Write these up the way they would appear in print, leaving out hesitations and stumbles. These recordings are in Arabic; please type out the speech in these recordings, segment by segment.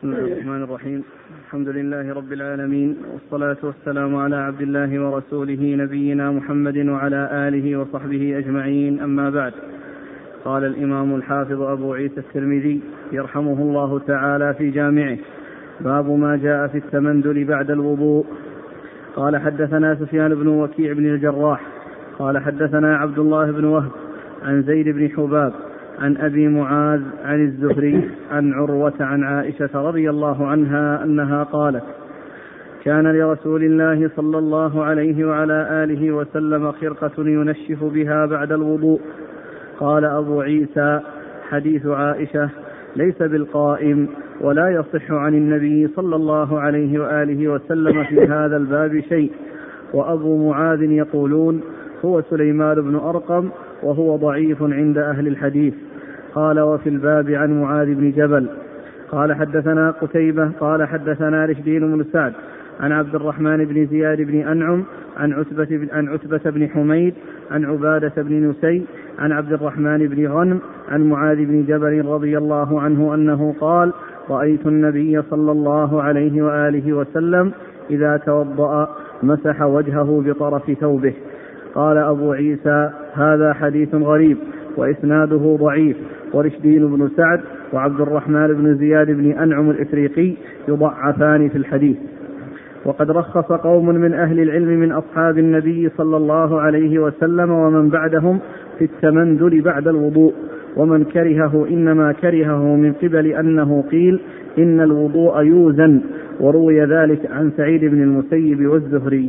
بسم الله الرحمن الرحيم. الحمد لله رب العالمين، والصلاة والسلام على عبد الله ورسوله نبينا محمد وعلى آله وصحبه أجمعين، أما بعد. قال الإمام الحافظ أبو عيسى الترمذي يرحمه الله تعالى في جامعه: باب ما جاء في التمندل بعد الوضوء. قال حدثنا سفيان بن وكيع بن الجراح قال حدثنا عبد الله بن وهب عن زيد بن حباب عن أبي معاذ عن الزهري عن عروة عن عائشة رضي الله عنها أنها قالت: كان لرسول الله صلى الله عليه وعلى آله وسلم خرقة ينشف بها بعد الوضوء. قال أبو عيسى: حديث عائشة ليس بالقائم، ولا يصح عن النبي صلى الله عليه وآله وسلم في هذا الباب شيء. وأبو معاذ يقولون هو سليمان بن أرقم، وهو ضعيف عند أهل الحديث. قال: وفي الباب عن معاذ بن جبل. قال حدثنا قتيبة قال حدثنا رشدين بن سعد عن عبد الرحمن بن زياد بن أنعم عن عتبة بن حميد عن عبادة بن نسي عن عبد الرحمن بن غنم عن معاذ بن جبل رضي الله عنه أنه قال: رأيت النبي صلى الله عليه وآله وسلم إذا توضأ مسح وجهه بطرف ثوبه. قال أبو عيسى: هذا حديث غريب وإسناده ضعيف، ورشدين بن سعد وعبد الرحمن بن زياد بن أنعم الإفريقي يضعفان في الحديث. وقد رخص قوم من أهل العلم من أصحاب النبي صلى الله عليه وسلم ومن بعدهم في التمندل بعد الوضوء، ومن كرهه إنما كرهه من قبل أنه قيل إن الوضوء يوزن، وروي ذلك عن سعيد بن المسيب والزهري.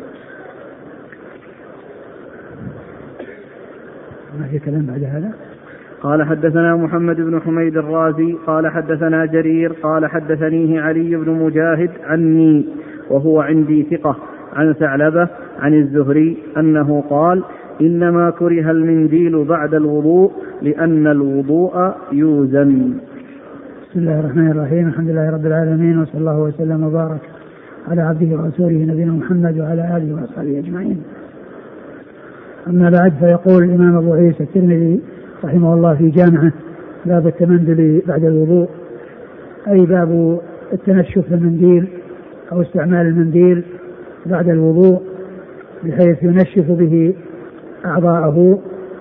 ما في كلام بعد هذا؟ قال حدثنا محمد بن حميد الرازي قال حدثنا جرير قال حدثنيه علي بن مجاهد عني، وهو عندي ثقة، عن ثعلبة عن الزهري أنه قال: إنما كره المنديل بعد الوضوء لأن الوضوء يوزن. بسم الله الرحمن الرحيم. الحمد لله رب العالمين، وصلى الله وسلم وبارك على عبده ورسوله نبينا محمد وعلى آله وصحبه أجمعين. أما بعد، فيقول الإمام أبو عيسى الترمذي رحمه الله في جامعه: باب التمندل بعد الوضوء، أي باب التنشف المنديل أو استعمال المنديل بعد الوضوء بحيث ينشف به أعضاءه.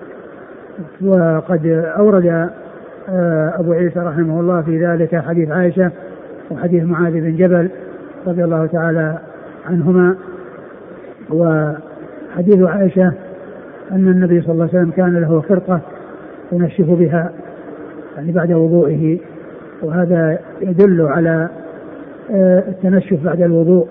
وقد أورد أبو عيسى رحمه الله في ذلك حديث عائشة وحديث معاذ بن جبل رضي الله تعالى عنهما. وحديث عائشة أن النبي صلى الله عليه وسلم كان له خرقة ينشف بها يعني بعد وضوئه، وهذا يدل على التنشف بعد الوضوء.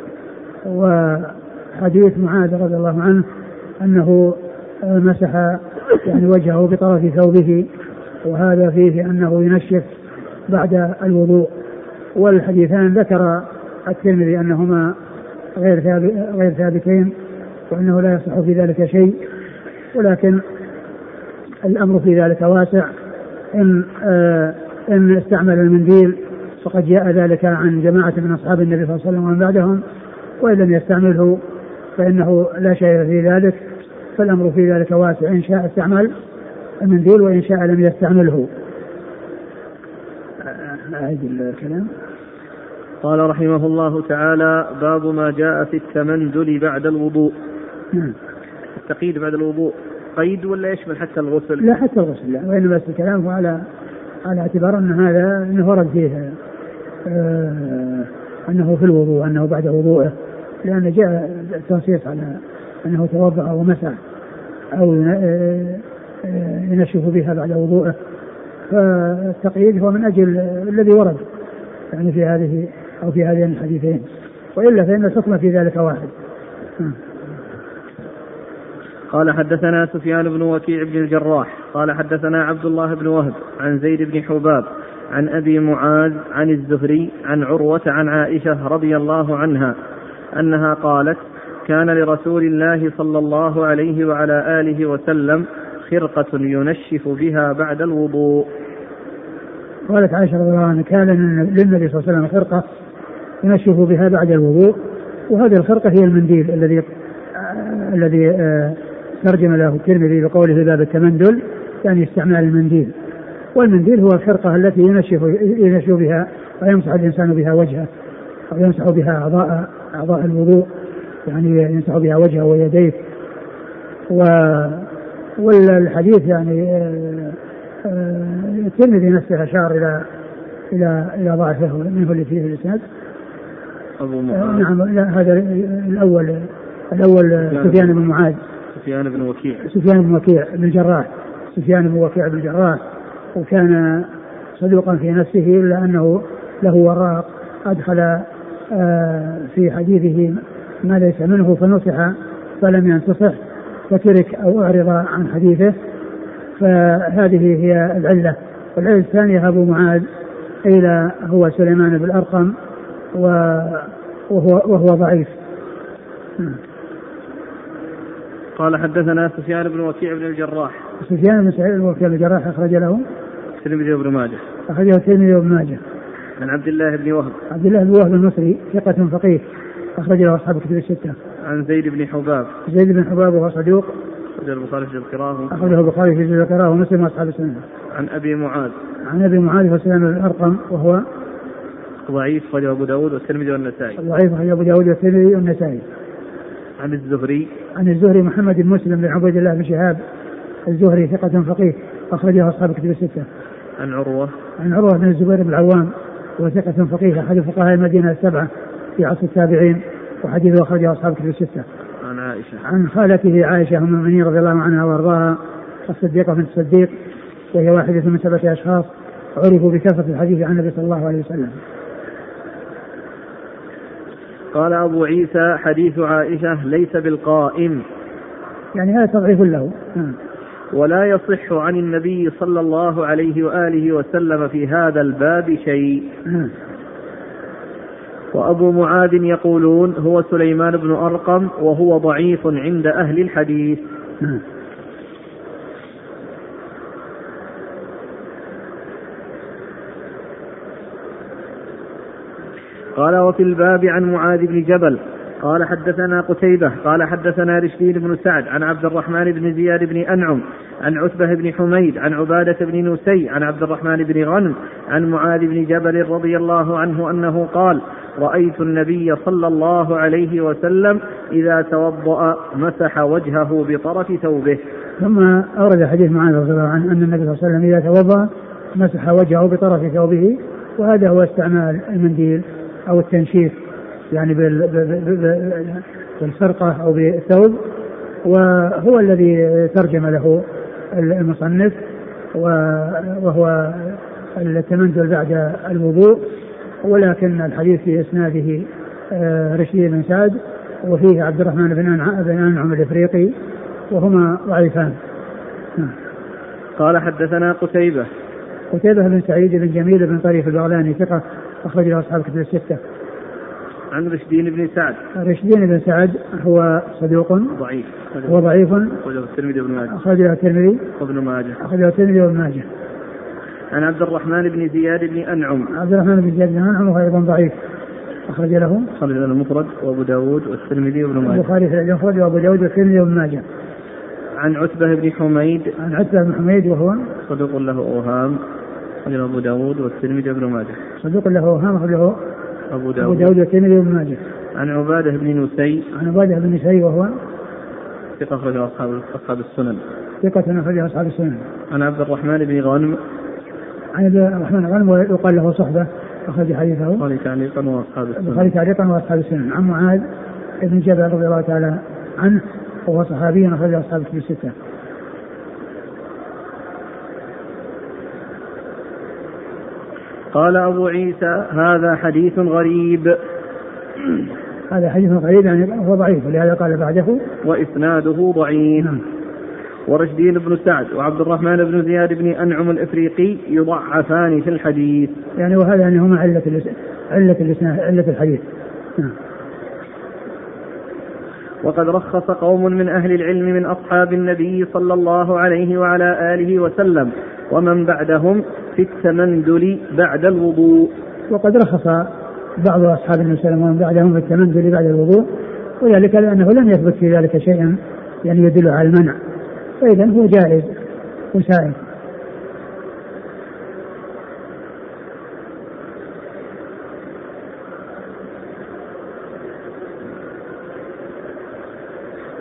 وحديث معاذ رضي الله عنه أنه مسح يعني وجهه بطرف ثوبه، وهذا فيه أنه ينشف بعد الوضوء. والحديثان ذكر الترمذي أنهما غير ثابتين، وأنه لا يصح في ذلك شيء، ولكن الأمر في ذلك واسع. إن استعمل المنديل فقد جاء ذلك عن جماعة من أصحاب النبي صلى الله عليه وسلم ومن بعدهم، وإن لم يستعمله فإنه لا شيء في ذلك. فالأمر في ذلك واسع، إن شاء استعمل المنديل وإن شاء لم يستعمله. أعيد الكلام. قال رحمه الله تعالى: باب ما جاء في التمندل بعد الوضوء. التقييد بعد الوضوء قيد ولا يشمل حتى الغسل؟ لا، حتى الغسل لا، وإنما بس الكلام على اعتبار أن هذا أنه ورد فيه أنه في الوضوء، أنه بعد وضوءه، لأن جاء التنصيص على أنه توضأ ومسح أو ينشف بها بعد وضوءه. فالتقييد هو من أجل الذي ورد يعني في هذه أو في هذين الحديثين، وإلا فإن الحكم في ذلك واحد. قال حدثنا سفيان بن وكيع بن الجراح قال حدثنا عبد الله بن وهب عن زيد بن حباب عن أبي معاذ عن الزهري عن عروة عن عائشة رضي الله عنها أنها قالت: كان لرسول الله صلى الله عليه وعلى آله وسلم خرقة ينشف بها بعد الوضوء. قالت عائشة رضي الله عنها: كان للنبي صلى الله عليه وسلم خرقة ينشف بها بعد الوضوء. وهذه الخرقة هي المنديل الذي ترجم له الترمذي بقوله باب التمندل، يعني استعمال المنديل. والمنديل هو الخرقة التي ينشف بها ويمسح الإنسان بها وجهه أو يمسح بها أعضاء الوضوء، يعني يمسح بها وجهه ويديه. والحديث يعني الترمذي نفسه أشار إلى ضعفه منه اللي فيه الإسناد. نعم هذا الأول سفيان بن معاذ سفيان بن وكيع بن الجراح وكان صدوقا في نفسه إلا أنه له وراق أدخل في حديثه ما ليس منه فنصح فلم ينتصح فترك أو أعرض عن حديثه، فهذه هي العلة. والعلة الثانية أبو معاذ قيل هو سليمان بن الأرقم وهو ضعيف. قال حدثنا سفيان بن وكيع بن الجراح. سفيان بن وكيع بن الجراح أخرج له الترمذي وابن ماجه. أخرجه الترمذي وابن ماجه. عن عبد الله بن وهب. عبد الله بن وهب المصري ثقة فقيه أخرج له أصحاب الكتب الستة. عن زيد بن حباب وهو صدوق أخرجه البخاري في القراءة. أخرجه البخاري في القراءة ومسلم وأصحاب السنة. عن أبي معاذ وسلام الأرقم وهو ضعيف أخرجه أبو داود والترمذي والنسائي. ضعيف أخرجه أبو داود والترمذي والنسائي. عن الزهري محمد بن مسلم بن عبيد الله بن شهاب الزهري ثقة فقيه أخرجه أصحاب الكتب الستة. عن عروة بن الزبير بن العوام وثقة فقيه أحد فقهاء المدينة السبعة في عصر التابعين وحديثه أخرجه أصحاب الكتب الستة. عن خالته عائشة أم المؤمنين رضي الله عنها وأرضاها الصديقة بنت الصديق وهي واحدة من 7 أشخاص عرفوا بكثرة الحديث عن النبي صلى الله عليه وسلم. قال أبو عيسى حديث عائشة ليس بالقائم، يعني هذا تضعيف له. ولا يصح عن النبي صلى الله عليه وآله وسلم في هذا الباب شيء. وأبو معاذ يقولون هو سليمان بن أرقم وهو ضعيف عند أهل الحديث. قال وفي الباب عن معاذ بن جبل قال حدثنا قتيبة قال حدثنا رشدين بن سعد عن عبد الرحمن بن زياد بن أنعم عن عتبة بن حميد عن عبادة بن نسي عن عبد الرحمن بن غنم عن معاذ بن جبل رضي الله عنه أنه قال رأيت النبي صلى الله عليه وسلم إذا توضأ مسح وجهه بطرف ثوبه. ثم أورد حديث معاذ رضي الله عنه أن النبي صلى الله عليه وسلم إذا توضأ مسح وجهه بطرف ثوبه، وهذا هو استعمال المنديل أو التنشيف يعني بالفرقة أو بالثوب، وهو الذي ترجم له المصنف وهو التمندل بعد الوضوء. ولكن الحديث في إسناده رشدي بن سعد وفيه عبد الرحمن بن أنعم الإفريقي وهما ضعيفان. قال حدثنا قتيبة بن سعيد بن جميل بن طريف البغلاني ثقة أخرج له أصحاب الكتب الستة. عن رشدين بن سعد هو صدوق ضعيف أخرجه الترمذي وابن ماجه. عن عبد الرحمن بن زياد بن أنعم وهو أيضا ضعيف أخرج له المفرد وأبو داود والترمذي وابن ماجه. البخاري في المفرد وأبو داود والترمذي وابن ماجه. عن عتبة بن حميد وهو صدوق له أوهام أخرجه أبو داود والترمذي وابن ماجه. أخرجه أبو داود والترمذي وابن ماجه. عن عبادة بن نسي وهو ثقة أخرجه أصحاب السنن. عن عبد الرحمن بن غنم ويقال له صحبة أخرج حديثه البخاري تعليقا وأصحاب السنن. عن معاذ بن جبل رضي الله تعالى عنه وهو صحابي أخرج أصحاب الكتب الستة. قال أبو عيسى هذا حديث غريب. يعني هو ضعيف، ولهذا قال بعده وإسناده ضعيف. ورشدين بن سعد وعبد الرحمن بن زياد بن أنعم الإفريقي يضعفان في الحديث. يعني وهذا يعني هما علة الحديث. وقد رخص قوم من أهل العلم من أصحاب النبي صلى الله عليه وعلى آله وسلم ومن بعدهم في التمندل بعد الوضوء. وقد رخص بعض أصحاب النبي صلى الله عليه وسلم ومن بعدهم في التمندل بعد الوضوء، وذلك لأنه لم يثبت في ذلك شيئا يعني يدل على المنع، فإذا هو جائز وسائل.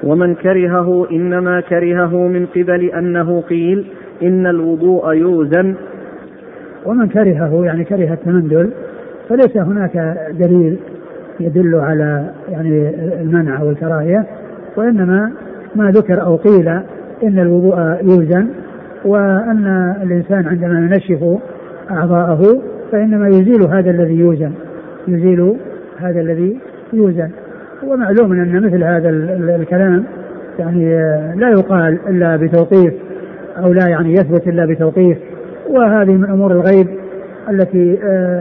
ومن كرهه إنما كرهه من قبل أنه قيل إن الوضوء يوزن. ومن كرهه يعني كره التمندل فليس هناك دليل يدل على يعني المنع أو الكراهية، وإنما ما ذكر أو قيل إن الوضوء يوزن، وأن الإنسان عندما ينشف أعضاءه فإنما يزيل هذا الذي يوزن. ومعلوم أن مثل هذا الكلام يعني لا يقال إلا بتوقيف، أو لا يعني يثبت إلا بتوقيف، وهذه من أمور الغيب التي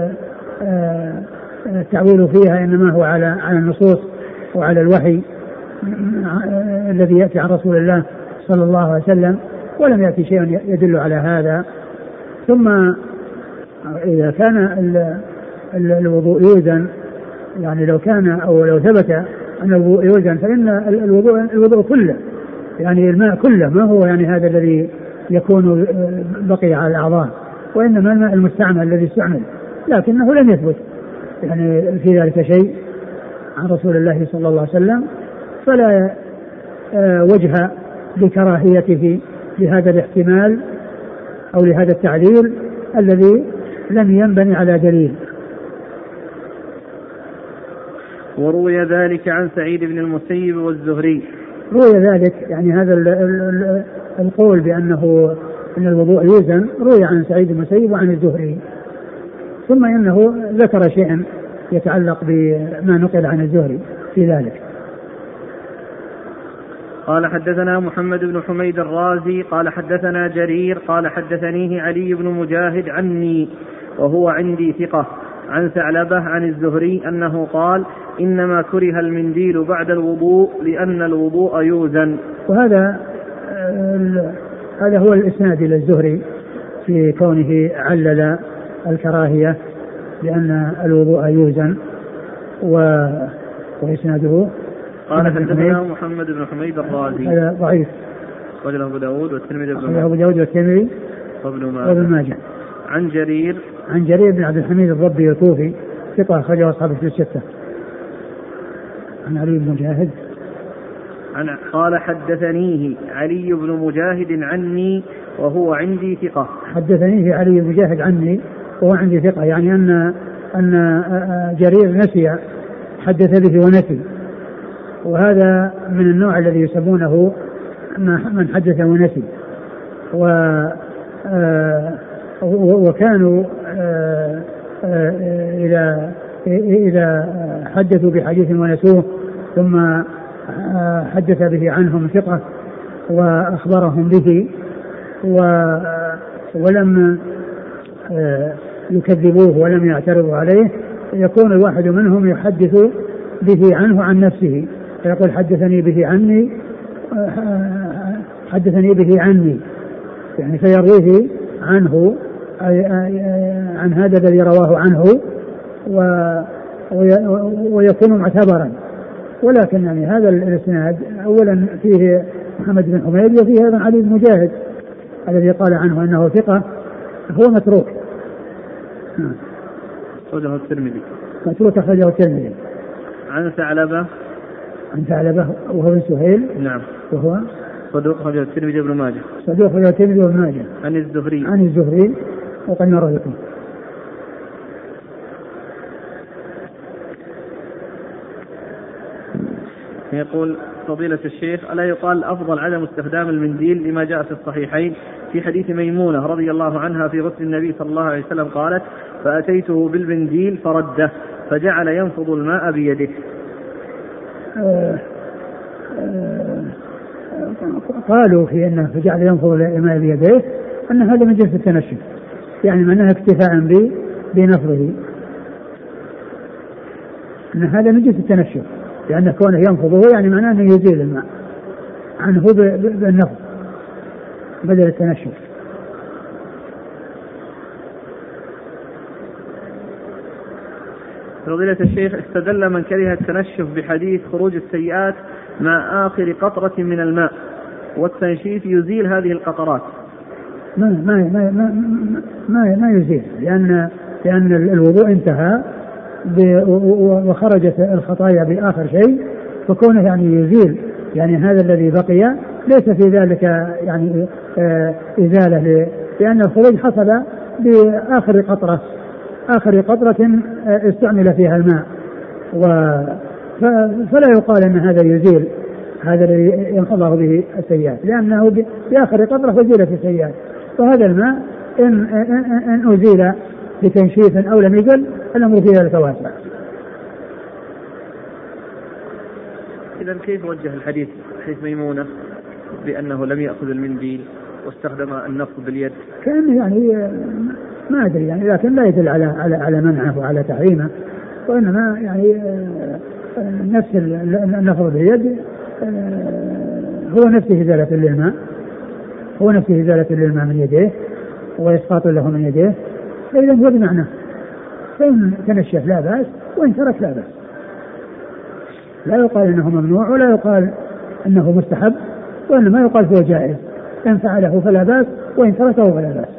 التعويل فيها إنما هو على النصوص وعلى الوحي الذي يأتي عن رسول الله صلى الله عليه وسلم، ولم يأتي شيء يدل على هذا. ثم إذا كان الوضوء يوزن، يعني لو كان أو لو ثبت أن الوضوء يوزن فإن الوضوء كله يعني الماء كله، ما هو يعني هذا الذي يكون بقي على الأعضاء، وإنما الماء المستعمل الذي استعمل، لكنه لم يثبت يعني في ذلك شيء عن رسول الله صلى الله عليه وسلم، فلا وجه لكراهيته لهذا الاحتمال أو لهذا التعليل الذي لم ينبني على دليل. وروي ذلك عن سعيد بن المسيب والزهري. روي ذلك يعني هذا القول بأنه أن الوضوء يوزن روي عن سعيد بن المسيب وعن الزهري. ثم إنه ذكر شيئا يتعلق بما نقل عن الزهري في ذلك. قال حدثنا محمد بن حميد الرازي قال حدثنا جرير قال حدثنيه علي بن مجاهد عني وهو عندي ثقة عن ثعلبة عن الزهري أنه قال إنما كره المنديل بعد الوضوء لأن الوضوء يوزن. وهذا هو الإسناد إلى الزهري في كونه علل الكراهية لأن الوضوء يوزن. وإسناده قال حدثنا محمد بن حميد الرازي هذا ضعيف، وله أبو داود والترمذي وابن ماجه. عن جرير بن عبد الحميد الضبي الكوفي ثقة أخرجه أصحاب الكتب الستة. عن علي بن مجاهد قال حدثنيه علي بن مجاهد عني وهو عندي ثقة. حدثنيه علي بن مجاهد عني وهو عندي ثقة، يعني أن جرير نسي، حدث به ونسي، وهذا من النوع الذي يسمونه من حدث ونسي. وكانوا إذا حدثوا بحديث ونسوه ثم حدث به عنهم ثقة وأخبرهم به ولم يكذبوه ولم يعترضوا عليه، يكون الواحد منهم يحدث به عنه عن نفسه، فيقول حدثني به عني يعني فيرويه عنه عن هذا الذي رواه عنه ويكون معتبرا. ولكن يعني هذا الاسناد اولا فيه محمد بن حميد وفيه ايضا علي بن مجاهد الذي قال عنه انه ثقة هو متروك. أخرجه الترمذي. متروك أخرجه الترمذي. عن ثعلبة وهو بن سهيل. نعم. وهو صدوق أخرجه الترمذي وابن ماجه. صدوق أخرجه الترمذي وابن ماجه. عن الزهري وقد مر لكم. يقول فضيلة الشيخ ألا يقال الأفضل عدم استخدام المنديل لما جاء في الصحيحين في حديث ميمونة رضي الله عنها في غسل النبي صلى الله عليه وسلم قالت فأتيته بالمنديل فرده فجعل ينفض الماء بيده. قالوا في أنه فجعل ينفض الماء بيده أن هذا من جنس التنشف، يعني معناها اكتفاء بنفضه، أن هذا من جنس التنشف، لأن كونه ينفضه يعني معناه أنه يزيل الماء عنه بالنفض بدل التنشف. فضيلة الشيخ استدل من كره التنشف بحديث خروج السيئات مع آخر قطرة من الماء والتنشيف يزيل هذه القطرات. ما يزيل، لأن الوضوء انتهى وخرجت الخطايا بآخر شيء، فكونه يعني يزيل يعني هذا الذي بقي ليس في ذلك يعني إزالة، لأن الخروج حصل بآخر قطرة استعمل فيها الماء، فلا يقال أن هذا يزيل هذا الذي ينقضه به السيئات، لأنه بآخر قطرة أزيلت السيئات. فهذا الماء إن أزيل بتنشيف أو لم يزل الأمر في ذلك واسع. إذا كيف وجه الحديث حديث ميمونة بأنه لم يأخذ المنديل واستخدم النفض باليد؟ كان يعني ما أدري يعني، لكن لا يدل على منعه وعلى تحريمه، وإنما يعني نفس النفض باليد هو نفسه إزالة للماء من يديه وإسقاط له من يديه، فإذا هو بمعنى فإن تنشف لا بأس وإن ترك لا بأس، لا يقال إنه ممنوع ولا يقال إنه مستحب، وإنما يقال هو جائز، إن فعله فلا بأس وإن تركه فلا بأس.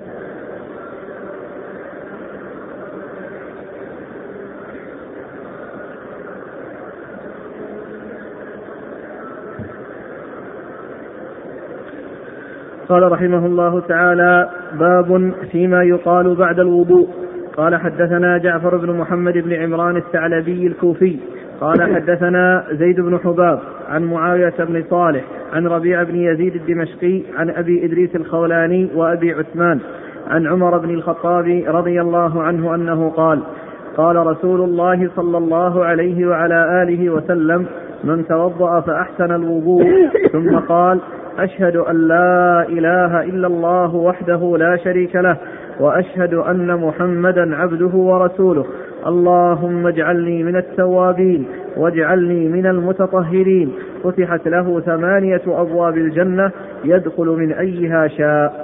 قال رحمه الله تعالى: باب فيما يقال بعد الوضوء. قال: حدثنا جعفر بن محمد بن عمران الثعلبي الكوفي قال: حدثنا زيد بن حباب عن معاوية بن صالح عن ربيع بن يزيد الدمشقي عن أبي إدريس الخولاني وأبي عثمان عن عمر بن الخطاب رضي الله عنه أنه قال: قال رسول الله صلى الله عليه وعلى آله وسلم: من توضأ فأحسن الوضوء ثم قال: أشهد أن لا إله إلا الله وحده لا شريك له وأشهد أن محمدا عبده ورسوله، اللهم اجعلني من التوابين واجعلني من المتطهرين، فتحت له 8 أبواب الجنة يدخل من أيها شاء.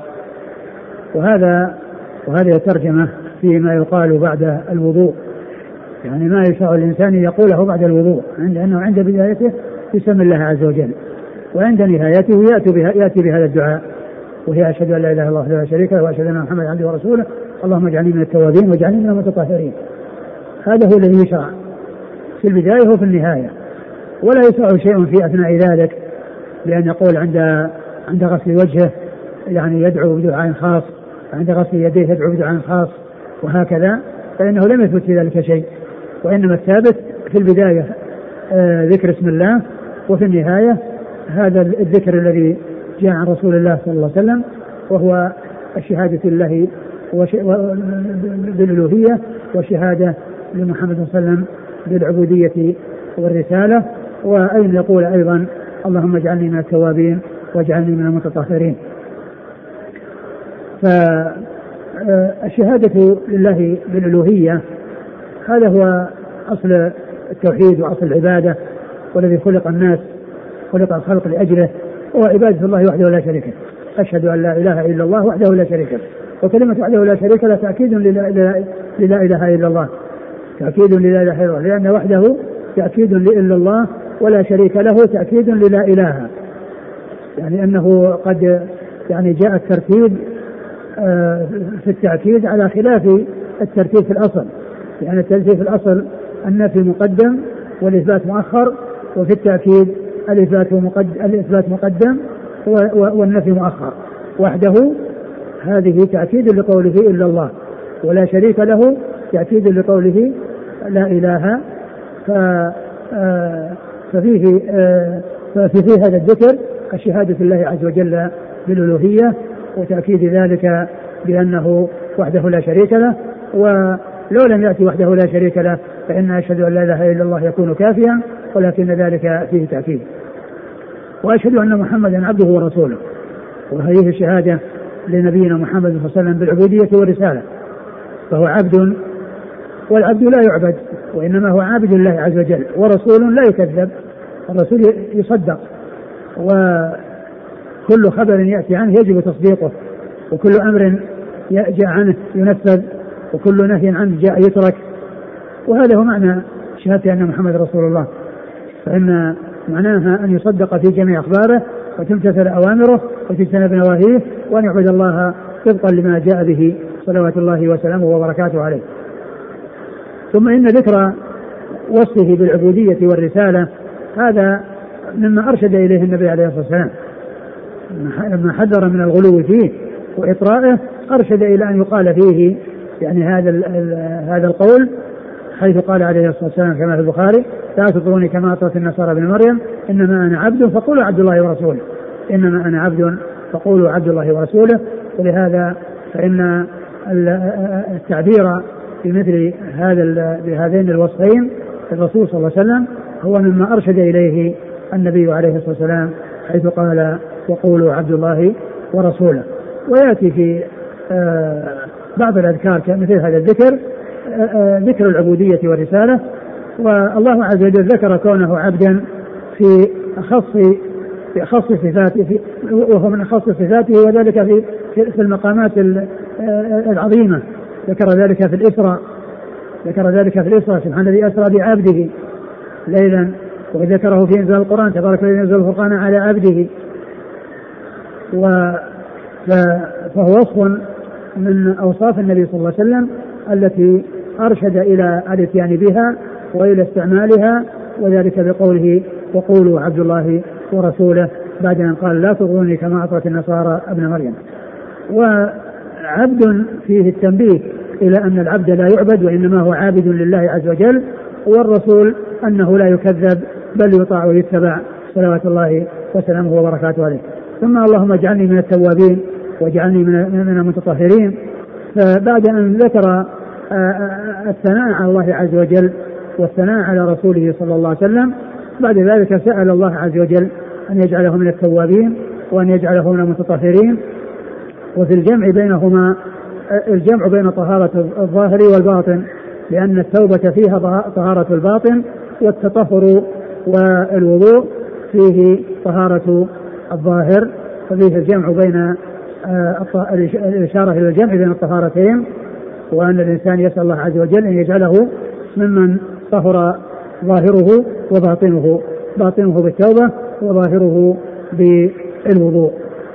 وهذه الترجمة فيما يقال بعد الوضوء، يعني ما يشاء الإنسان يقوله بعد الوضوء، لأنه عند بدايته يسمى الله عز وجل، وعند نهايته يأتي بهذا الدعاء، وهي أشهد أن لا إله إلا الله لا شريك له وأشهد أن محمدا عبده ورسوله، اللهم اجعلني من التوابين واجعلني من المتطهرين. هذا هو الذي يشرع في البداية وفي النهاية، ولا يشرع شيء في أثناء ذلك، لأن يقول عند غسل وجهه يعني يدعو بدعاء خاص، عند غسل يديه يدعو بدعاء خاص، وهكذا، فإنه لم يثبت في ذلك شيء، وإنما الثابت في البداية ذكر اسم الله، وفي النهاية هذا الذكر الذي جاء عن رسول الله صلى الله عليه وسلم، وهو الشهادة لله بالألوهية وشهادة لمحمد صلى الله عليه وسلم بالعبودية والرسالة، وأين يقول أيضا: اللهم اجعلني من التوابين واجعلني من المتطهرين. فالشهادة لله بالألوهية هذا هو أصل التوحيد وأصل العبادة، والذي خلق الخلق لأجله، هو عبادة الله وحده لا شريك له. أشهد أن لا إله إلا الله وحده لا شريك له، وكلمة وحده لا شريك له تأكيد للا إله إلا الله، تأكيد للا إله إلا الله، لأن وحده تأكيد لإلا الله ولا شريك له تأكيد للا إله، يعني أنه قد يعني جاء الترتيب في التأكيد على خلاف الترتيب في الأصل، يعني الترتيب في الأصل النفي مقدم والإثبات مؤخر، وفي التأكيد الإثبات مقدم والنفي مؤخر. وحده هذه تأكيد لقوله إلا الله، ولا شريك له تأكيد لقوله لا إله. ففي هذا الذكر الشهادة لله عز وجل بالألوهية، وتأكيد ذلك بأنه وحده لا شريك له، ولو لم يأتي وحده لا شريك له فإن أشهد أن لا إله إلا الله يكون كافيا، ولكن ذلك فيه تأكيد. وأشهد أن محمدا عبده ورسوله، وهذه الشهادة لنبينا محمد صلى الله عليه وسلم بالعبودية والرسالة، فهو عبد، والعبد لا يعبد، وإنما هو عابد الله عز وجل، ورسول لا يكذب، الرسول يصدق، وكل خبر يأتي عنه يجب تصديقه، وكل أمر جاء عنه ينفذ، وكل نهي عنه جاء يترك. وهذا هو معنى شهادة أن محمد رسول الله، فإن معناها أن يصدق في جميع أخباره وتمتثل أوامره وتجتنب نواهيه، وأن يعبد الله طبقا لما جاء به صلوات الله وسلامه وبركاته عليه. ثم إن ذكر وصفه بالعبودية والرسالة هذا مما أرشد إليه النبي عليه الصلاة والسلام لما حذر من الغلو فيه وإطرائه، أرشد إلى أن يقال فيه يعني هذا القول، حيث قال عليه الصلاة والسلام كما في البخاري: لا تطروني كما أطرت النصارى ابن مريم، إنما أنا عبد فقولوا عبد الله ورسوله، إنما أنا عبد فقولوا عبد الله ورسوله. ولهذا فإن التعبير في مثل بهذين الوصفين الرسول صلى الله عليه وسلم هو مما أرشد إليه النبي عليه الصلاة والسلام، حيث قال: وقولوا عبد الله ورسوله. ويأتي في بعض الأذكار مثل هذا الذكر ذكر العبودية والرسالة. والله عز وجل ذكر كونه عبدا في أخص صفاته، وهو من أخص صفاته، وذلك في المقامات العظيمة. ذكر ذلك في الإسراء سبحان الذي أسرى بعبده ليلا، وذكره في إنزال القرآن تبارك الذي ينزل القرآن على عبده. فهو وصف من أوصاف النبي صلى الله عليه وسلم التي أرشد إلى الاتيان بها وإلى استعمالها، وذلك بقوله: وقولوا عبد الله ورسوله، بعد أن قال: لا تطروني كما أطرت النصارى ابن مريم. وعبد فيه التنبيه إلى أن العبد لا يعبد وإنما هو عابد لله عز وجل، والرسول أنه لا يكذب بل يطاع ويتبع، صلوات الله وسلامه وبركاته عليه. ثم اللهم اجعلني من التوابين واجعلني من المتطهرين. فبعد أن ذكر الثناء على الله عز وجل والثناء على رسوله صلى الله عليه وسلم، بعد ذلك سأل الله عز وجل أن يجعله من التوابين وأن يجعله من المتطهرين. وفي الجمع بينهما الجمع بين طهارة الظاهر والباطن، لأن التوبة فيها طهارة الباطن، والتطهر والوضوء فيه طهارة الظاهر، ففيه الجمع بين الإشارة إلى الجمع بين الطهارتين، وأن الإنسان يسأل الله عز وجل أن يجعله ممن طهر ظاهره وباطنه، باطنه بالتوبة وظاهره بالوضوء.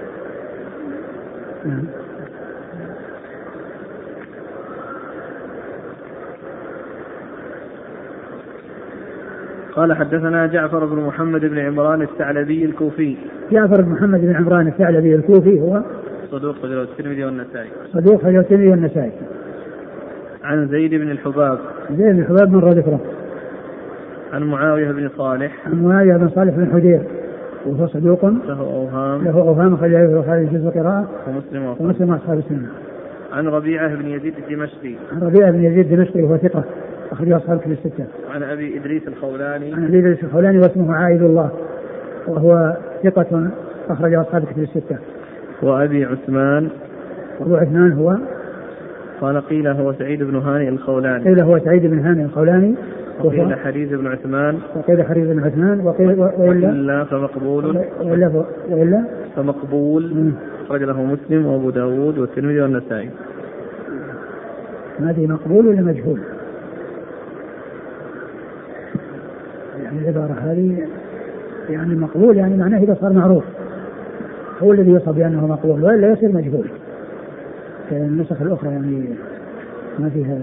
قال: حدثنا جعفر بن محمد بن عمران الثعلبي الكوفي. جعفر بن محمد بن عمران الثعلبي الكوفي هو صدوق أخرجه الترمذي والنسائي. صدوق أخرجه الترمذي والنسائي. عن زيد بن الحباب. زيد بن الحباب من رذفرة. عن معاوية بن صالح. عن معاوية بن صالح بن حدير وهو صدوق له أوهام أخرجه البخاري في جزء القراءة ومسلم وأصحاب السنة. عن ربيعة بن يزيد الدمشقي. عن ربيعة بن يزيد الدمشقي وهو ثقة أخرجه أصحاب الكتب الستة. عن أبي إدريس الخولاني. عن أبي إدريس الخولاني واسمه عائد الله وهو ثقة أخرجه أصحاب الكتب الستة. وأبي عثمان. وأبو عثمان هو قال: قيل هو سعيد بن هانئ الخولاني. قيل هو سعيد بن هانئ الخولاني. وقيل حريز بن عثمان. وقيل حريز بن عثمان. وإلا فمقبول. وإلا فمقبول. أخرج له مسلم وأبو داود والترمذي والنسائي. هذه مقبول ولا مجهول؟ يعني العبارة هذه يعني مقبول يعني معناه إذا صار معروف هو الذي يصب بأنه مقبول، وإلا يصير مجهول. النسخ الأخرى يعني ما فيها.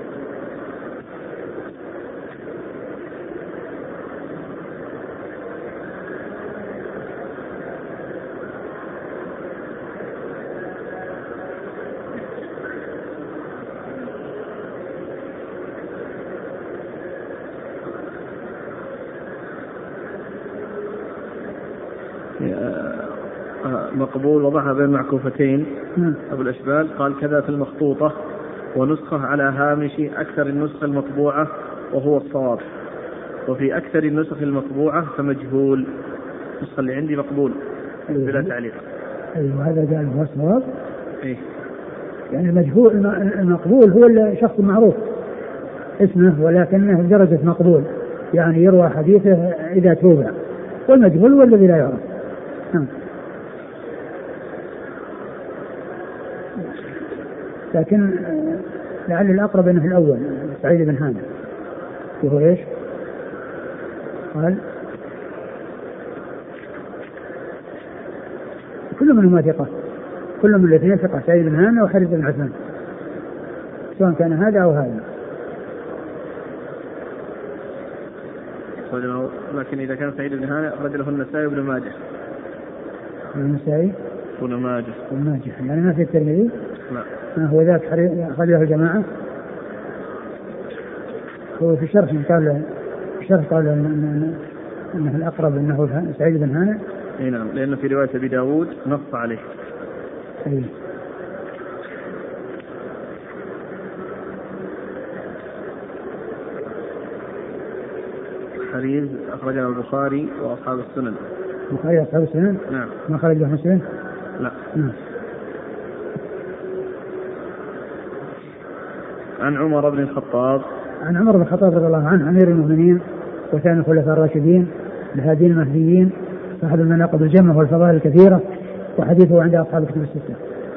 مقبول وضعها بين معكوفتين. أبو الأشبال قال: كذا في المخطوطة ونسخة على هامش أكثر النسخ المطبوعة وهو الصواب، وفي أكثر النسخ المطبوعة فمجهول. النسخة اللي عندي مقبول بلا تعليق. أيوة هذا قال هو الصواب. إيه يعني المجهول المقبول هو الشخص المعروف اسمه ولكنه درجة مقبول، يعني يروى حديثه إذا توبع، والمجهول هو الذي لا يعرف. لكن لعل الأقرب أنه الأول سعيد بن هانئ وهو إيش؟ قال كل منهما ثقة، كل من الاثنين ثقة، سعيد بن هانئ وحارث بن عثمان، سواء كان هذا أو هذا. لكن إذا كان سعيد بن هانئ أخرج له النسائي وابن ماجه. النسائي وابن ماجه يعني ما في الترمذي؟ لا. هو ذاك أخرج له الجماعة. هو في الشرح قال أنه الأقرب أنه سعيد بن هانئ. نعم، لأنه في رواية أبي داود نص عليه. أي. حديث أخرجه البخاري وأصحاب السنن. البخاري وأصحاب السنن؟ نعم. ما خرج له مسلم؟ لا. نعم. عن عمر بن الخطاب رضي الله عنه أمير المؤمنين وثاني الخلفاء الراشدين الهادين المهديين صاحب المناقب الجمة والفضائل الكثيرة، وحديثه عند أصحاب الكتب الستة.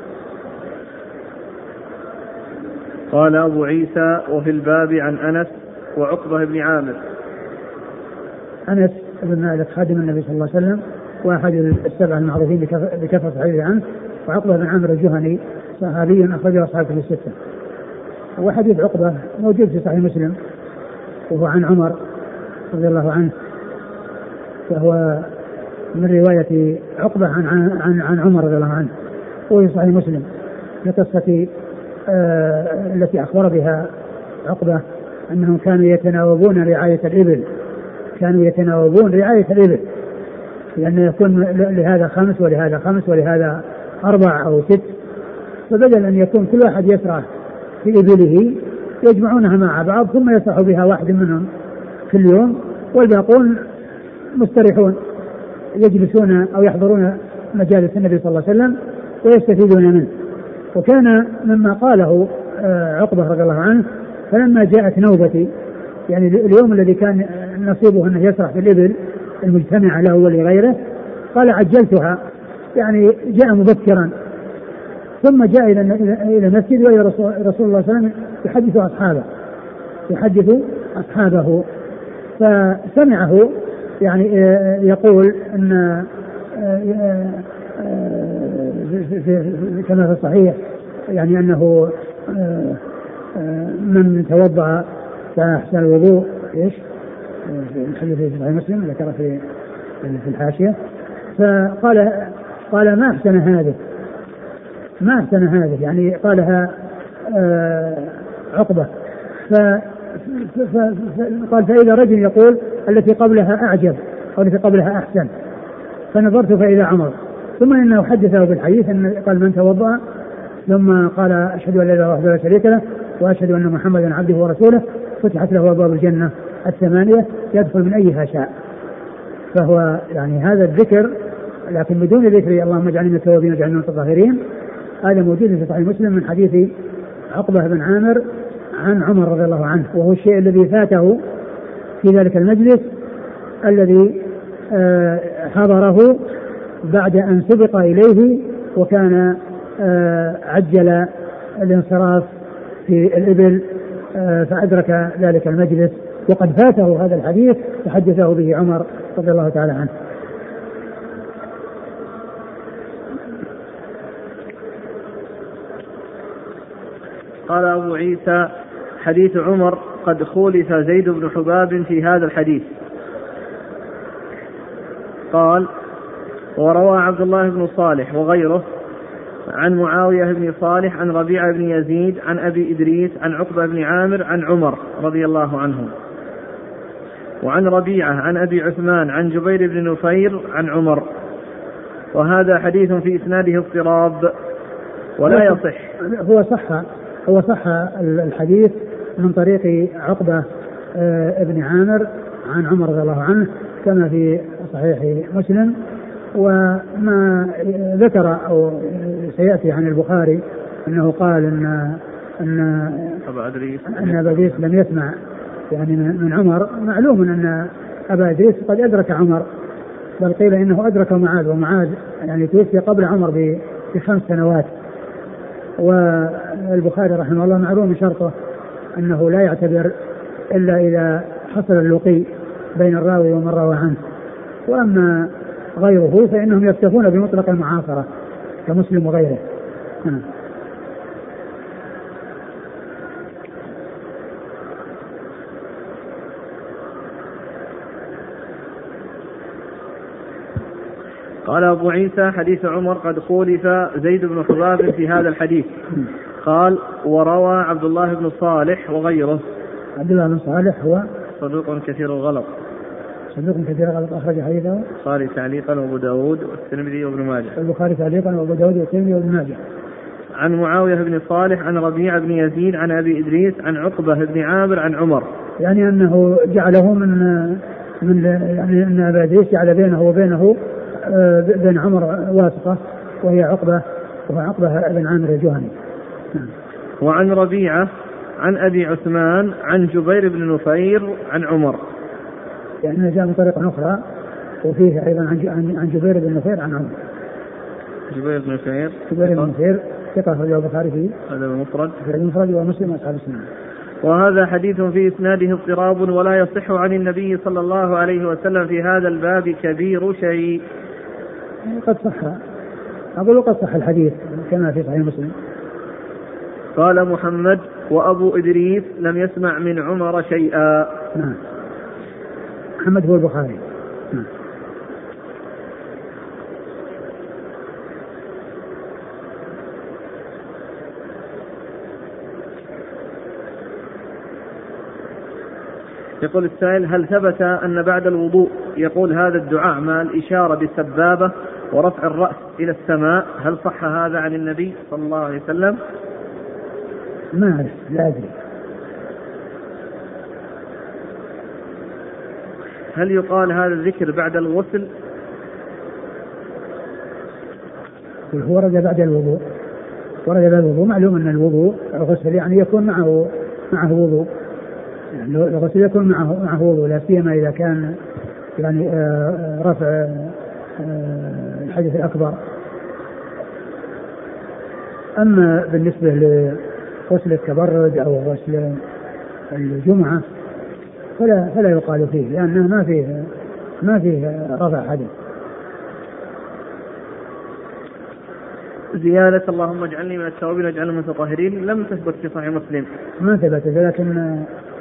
قال أبو عيسى: وفي الباب عن أنس وعقبة بن عامر. أنس بن مالك خادم النبي صلى الله عليه وسلم وأحد السبع المعروفين بكثرة الحديث عنه، وعقبة بن عامر الجهني صحابي أخرجه أصحاب الكتب الستة. وحديث عقبة موجود في صحيح مسلم وهو عن عمر رضي الله عنه، فهو من رواية عقبة عن عمر رضي الله عنه، وفي صحيح مسلم لقصة التي أخبر بها عقبة أنهم كانوا يتناوبون رعاية الإبل، لأن يكون لهذا 5 ولهذا 5 ولهذا 4 أو 6، فبدل أن يكون كل واحد يسرع في إبله يجمعونها مع بعض ثم يسرح بها واحد منهم في اليوم، والباقون مستريحون يجلسون أو يحضرون مجالس النبي صلى الله عليه وسلم ويستفيدون منه. وكان مما قاله عقبة رضي الله عنه: فلما جاءت نوبتي، يعني اليوم الذي كان نصيبه أنه يسرح في الإبل المجتمعة له ولغيره، قال: عجلتها، يعني جاء مبكرا، ثم جاء إلى المسجد وإلى رسول الله صلى الله عليه وسلم يحدث أصحابه، فسمعه يعني يقول أن كما في الصحيح يعني أنه من توضأ فأحسن الوضوء، إيش الحديث في صحيح مسلم ذكر في الحاشية، قال ما أحسن هذه يعني قالها عقبة، قال: فإذا رجل يقول التي قبلها أعجب أو التي قبلها أحسن، فنظرت فإذا عمر، ثم إنه حدثه بالحديث أن قال: من توضأ ثم قال: أشهد أن لا إله إلا الله وحده لا شريك له وأشهد أن محمدا عبده ورسوله، فتحت له أبواب الجنة 8 يدخل من أيها شاء. فهو يعني هذا الذكر لكن بدون ذكر اللهم اجعلني من التوابين واجعلني من المتطهرين، هذا موجود في صحيح مسلم من حديث عقبة بن عامر عن عمر رضي الله عنه، وهو الشيء الذي فاته في ذلك المجلس الذي حضره بعد أن سبق إليه، وكان عجل الانصراف في الإبل فأدرك ذلك المجلس، وقد فاته هذا الحديث تحدثه به عمر رضي الله تعالى عنه. قال أبو عيسى: حديث عمر قد خولف زيد بن حباب في هذا الحديث. قال: وروى عبد الله بن صالح وغيره عن معاوية بن صالح عن ربيعة بن يزيد عن أبي إدريس عن عقبة بن عامر عن عمر رضي الله عنه، وعن ربيعة عن أبي عثمان عن جبير بن نفير عن عمر، وهذا حديث في إسناده اضطراب ولا يصح. هو صح الحديث من طريق عقبة ابن عامر عن عمر رضي الله عنه كما في صحيح مسلم، وما ذكر أو سيأتي عن البخاري أنه قال أن أبا إدريس لم يسمع يعني من عمر، معلوم أن أبا إدريس قد أدرك عمر، بل قيل إنه أدرك معاذ، ومعاذ يعني توفي قبل عمر ب5 سنوات. والبخاري رحمه الله معلوم شرطه أنه لا يعتبر إلا إذا حصل اللقي بين الراوي ومن روى عنه، وأما غيره فإنهم يكتفون بمطلق المعاصرة كمسلم وغيره. قال أبو عيسى حديث عمر قد خولف زيد بن حباب في هذا الحديث. قال وروى عبد الله بن صالح وغيره. عبد الله بن صالح هو صدوق كثير الغلط. صدوق كثير الغلط أخرج حديثه البخاري تعليقا وأبو داود والترمذي وابن ماجه. البخاري تعليقا وأبو داود والترمذي وابن ماجه. عن معاوية بن صالح عن ربيع بن يزيد عن أبي إدريس عن عقبة بن عامر عن عمر. يعني أنه جعله من يعني أن أبا إدريس جعل بينه وبينه بين عمر واسطة وهي عقبة بن عامر الجهني. وعن ربيعة عن أبي عثمان عن جبير بن نفير عن عمر. يعني جاء من طريقة أخرى وفيه أيضا عن جبير بن نفير عن عمر. جبير بن نفير ثقة أخرجه البخاري في المفرد ومسلم وأصحاب السنن. وهذا حديث في إسناده اضطراب ولا يصح عن النبي صلى الله عليه وسلم في هذا الباب كبير شيء. قد صح، أقول قد صح الحديث كما في صحيح مسلم. قال محمد وأبو إدريس لم يسمع من عمر شيئا. نعم. محمد هو البخاري. نعم. يقول السائل هل ثبت أن بعد الوضوء يقول هذا الدعاء مع الإشارة بالسبابة ورفع الرأس إلى السماء؟ هل صح هذا عن النبي صلى الله عليه وسلم؟ ما أعرف، لا أدري. هل يقال هذا الذكر بعد الغسل؟ هو ورد بعد الوضوء. معلوم أن الوضوء الغسل يعني يكون معه وضوء، يعني الغسل يكون معه وضوء، لا سيما إذا كان يعني رفع الحدث الأكبر. أما بالنسبة لغسل التبرد أو غسل الجمعة فلا يقال فيه، لأنه ما فيه رفع حدث. زيادة اللهم اجعلني من التوابين واجعلني من المتطهرين لم تثبت في صحيح مسلم. ما ثبت، لكن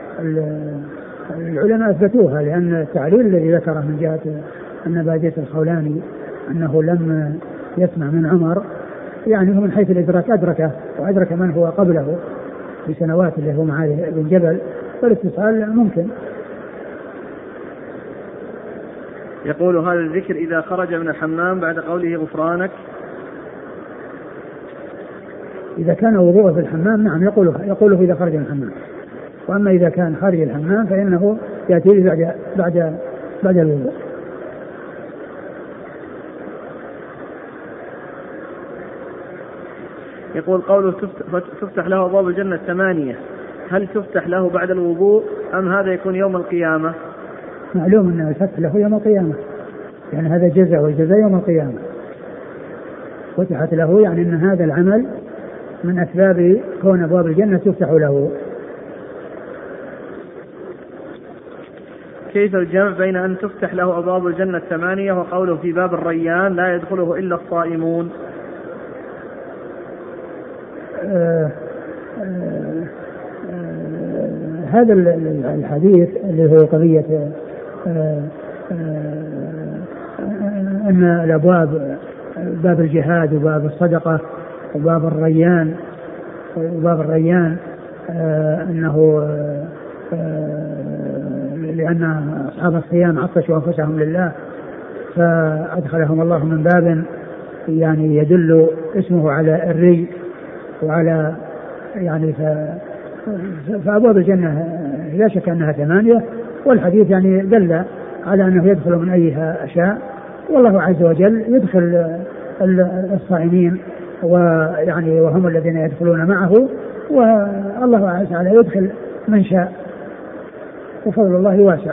العلماء أثبتوها، لأن التعليل الذي ذكره من جهة أن باجة الخولاني أنه لم يسمع من عمر يعني هو من حيث الإدراك أدركه وأدرك من هو قبله بسنوات اللي هو معاذ بن جبل، فالاتصال ممكن. يقول هذا الذكر إذا خرج من الحمام بعد قوله غفرانك. إذا كان وضوءه في الحمام نعم يقوله إذا خرج من الحمام، وأما إذا كان خارج الحمام فإنه يأتي بعد الوضوء. يقول قوله تفتح له أبواب الجنة 8، هل تفتح له بعد الوضوء أم هذا يكون يوم القيامة؟ معلوم أنه يفتح له يوم القيامة، يعني هذا جزاء، والجزاء يوم القيامة. فتحت له يعني أن هذا العمل من أسباب كون أبواب الجنة تفتح له. كيف الجمع بين أن تفتح له أبواب الجنة 8 وقوله في باب الريان لا يدخله إلا الصائمون؟ هذا الحديث اللي هو قضية أن الأبواب باب الجهاد وباب الصدقة وباب الريان أنه لأن أصحاب الصيام عطشوا أنفسهم لله فأدخلهم الله من باب يعني يدل اسمه على الري وعلى يعني فأبواب الجنة لا شك أنها 8، والحديث يعني دل على أنه يدخل من أيها أشاء، والله عز وجل يدخل الصائمين ويعني وهم الذين يدخلون معه، والله عز وجل يدخل من شاء، وفضل الله واسع.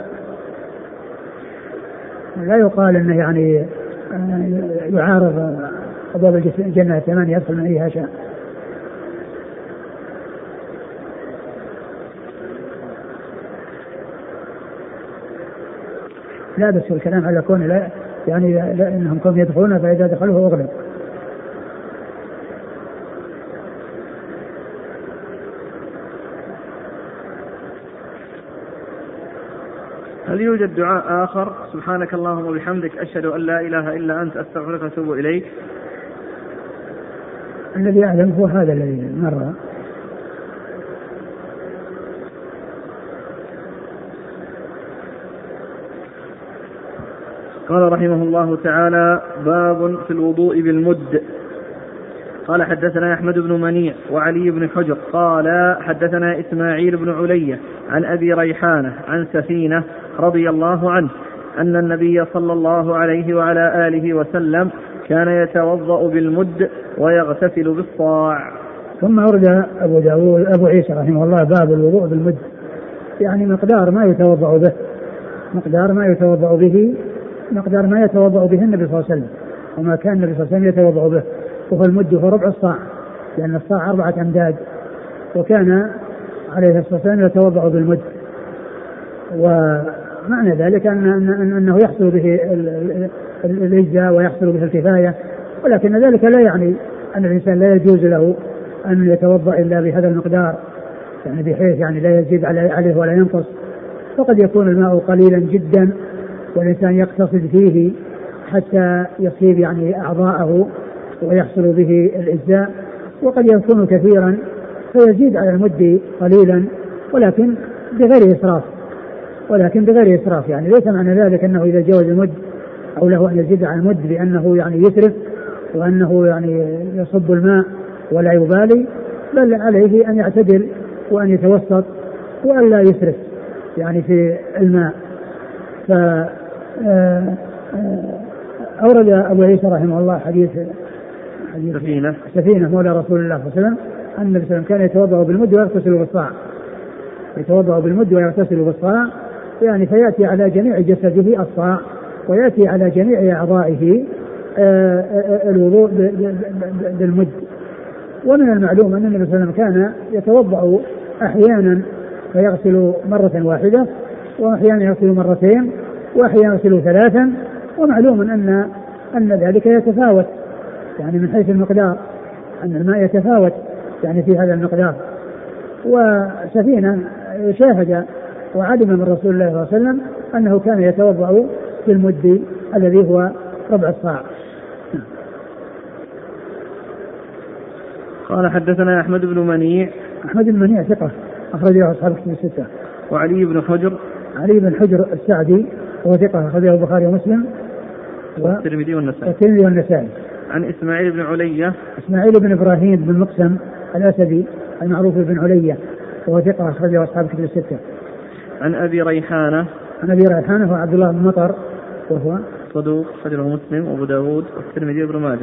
لا يقال أنه يعني يعارض أبواب الجنة 8 يدخل من أيها أشاء. لا بس الكلام على كون لا يعني انهم كم يدخلون فاذا دخلوه اغلق. هل يوجد دعاء آخر سبحانك اللهم وبحمدك أشهد أن لا إله إلا أنت أستغفرك وأتوب إليك؟ الذي أعلم هو هذا الذي مر. قال رحمه الله تعالى: باب في الوضوء بالمد. قال حدثنا أحمد بن منيع وعلي بن حجر قال حدثنا إسماعيل بن علية عن أبي ريحانة عن سفينة رضي الله عنه أن النبي صلى الله عليه وعلى آله وسلم كان يتوضأ بالمد ويغتسل بالصاع. ثم أورد أبو عيسى رحمه الله باب الوضوء بالمد، يعني مقدار ما يتوضأ به، مقدار ما يتوضأ به النبي صلى الله عليه وسلم، وما كان النبي صلى الله عليه وسلم يتوضأ به، وهو المد هو ربع الصاع، لأن الصاع 4 أمداد، وكان عليه الصلاة والسلام يتوضأ بالمد. ومعنى ذلك أنه يحصل به الإجزاء ويحصل به الكفاية، ولكن ذلك لا يعني أن الإنسان لا يجوز له أن يتوضأ إلا بهذا المقدار، يعني بحيث يعني لا يزيد عليه ولا ينقص. فقد يكون الماء قليلا جدا والإنسان يقتصد فيه حتى يصيب يعني أعضاءه ويحصل به الإجزاء، وقد يكون كثيرا فيزيد على المد قليلا ولكن بغير إسراف، يعني ليس معنى ذلك أنه إذا جاوز المد أو له أن يزيد على المد بأنه يعني يسرف وأنه يعني يصب الماء ولا يبالي، بل عليه أن يعتدل وأن يتوسط وأن لا يسرف يعني في الماء. أورد أبو عيسى رحمه الله حديث سفينة مولى رسول الله صلى الله عليه وسلم أن النبي صلى الله عليه وسلم كان يتوضأ بالمد ويغتسل بالصاع، يعني فيأتي على جميع جسده الصاع ويأتي على جميع أعضائه الوضوء بالمد. ومن المعلوم أن النبي صلى الله عليه وسلم كان يتوضأ أحيانا فيغسل مرة واحدة، وأحيانا يغسل مرتين، وأحيانا يغسل 3، ومعلوم أن ذلك يتفاوت يعني من حيث المقدار، أن الماء يتفاوت يعني في هذا المقدار. وسفينة شاهد وعلم من رسول الله صلى الله عليه وسلم أنه كان يتوضأ بالمد الذي هو ربع الصاع. قال حدثنا أحمد بن منيع ثقة أخرجه أصحاب الكتب الستة. وعلي بن حجر السعدي وهو ثقة أخرجه البخاري ومسلم والترمذي والنسائي. عن إسماعيل بن إبراهيم بن مقسم الأسدي المعروف بن علية وهو ثقة أخرجه أصحاب الكتب الستة. عن أبي ريحانة هو عبد الله بن مطر وهو صدوق أخرجه مسلم وأبو داود والترمذي وابن ماجه.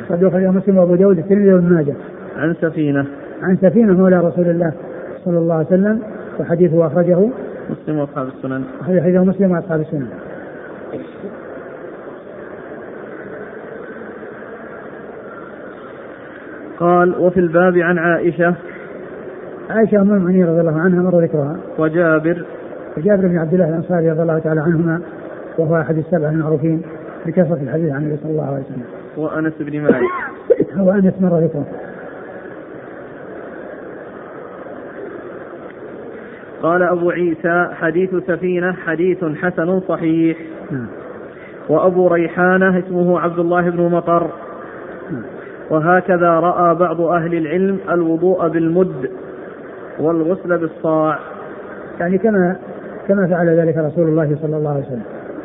عن سفينة مولى رسول الله صلى الله عليه وسلم وحديثه أخرجه مسلم وأصحاب السنن. قال: وفي الباب عن عائشة أم المؤمنين رضي الله عنها مر ذكرها، وجابر بن عبد الله الأنصاري رضي الله تعالى عنهما وهو أحد السبع المعروفين بكثرة الحديث عن النبي صلى الله عليه وسلم. وأنس بن مالك وأنس مر ذكره. قال أبو عيسى: حديث سفينة حديث حسن صحيح. وأبو ريحانة اسمه عبد الله بن مطر. وهكذا رأى بعض أهل العلم الوضوء بالمد والغسل بالصاع، يعني كما فعل ذلك رسول الله صلى الله عليه وسلم.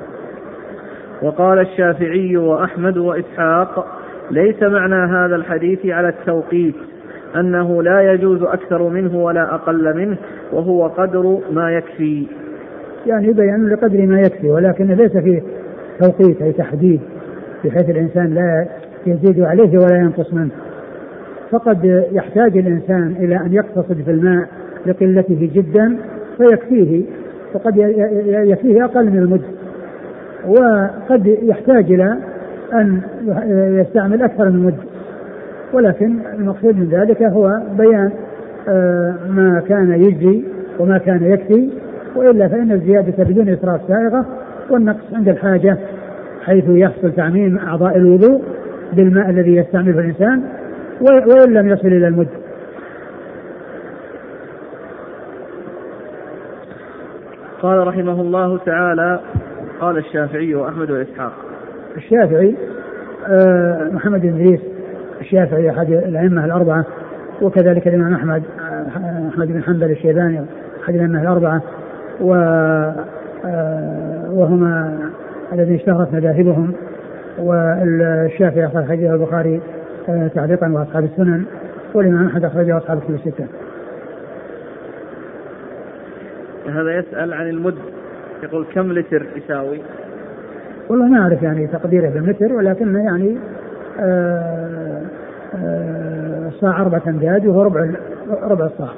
وقال الشافعي وأحمد وإسحاق: ليس معنى هذا الحديث على التوقيت، أنه لا يجوز أكثر منه ولا أقل منه، وهو قدر ما يكفي، يعني يبين لقدر ما يكفي، ولكن ليس فيه توقيت أي تحديد بحيث الإنسان لا يزيد عليه ولا ينقص منه. فقد يحتاج الإنسان إلى أن يقتصد في الماء لقلته جدا فيكفيه، وقد يكفيه أقل من المد، وقد يحتاج إلى أن يستعمل أكثر من المد. ولكن المقصود من ذلك هو بيان ما كان يجزي وما كان يكفي، وإلا فإن الزيادة بدون إسراف سائغة، والنقص عند الحاجة حيث يحصل تعميم أعضاء الوضوء بالماء الذي يستعمله الإنسان وإن لم يصل إلى المد. قال رحمه الله تعالى: قال الشافعي وأحمد وإسحاق. الشافعي محمد بن إدريس الشافعي أحد الأئمة الأربعة، وكذلك الإمام أحمد بن حنبل الشيباني أحد الأئمة الأربعة، وهما الذين اشتهرت مذاهبهم. والشافعي أخرجه البخاري تعليقا وأصحاب السنن، والإمام أحمد أخرجه أصحاب الكتب الستة. هذا يسأل عن المد، يقول: كم لتر يساوي؟ والله ما أعرف يعني تقديره بالمتر، ولكن يعني الصاع 4 أمداد وهو ربع الصاع.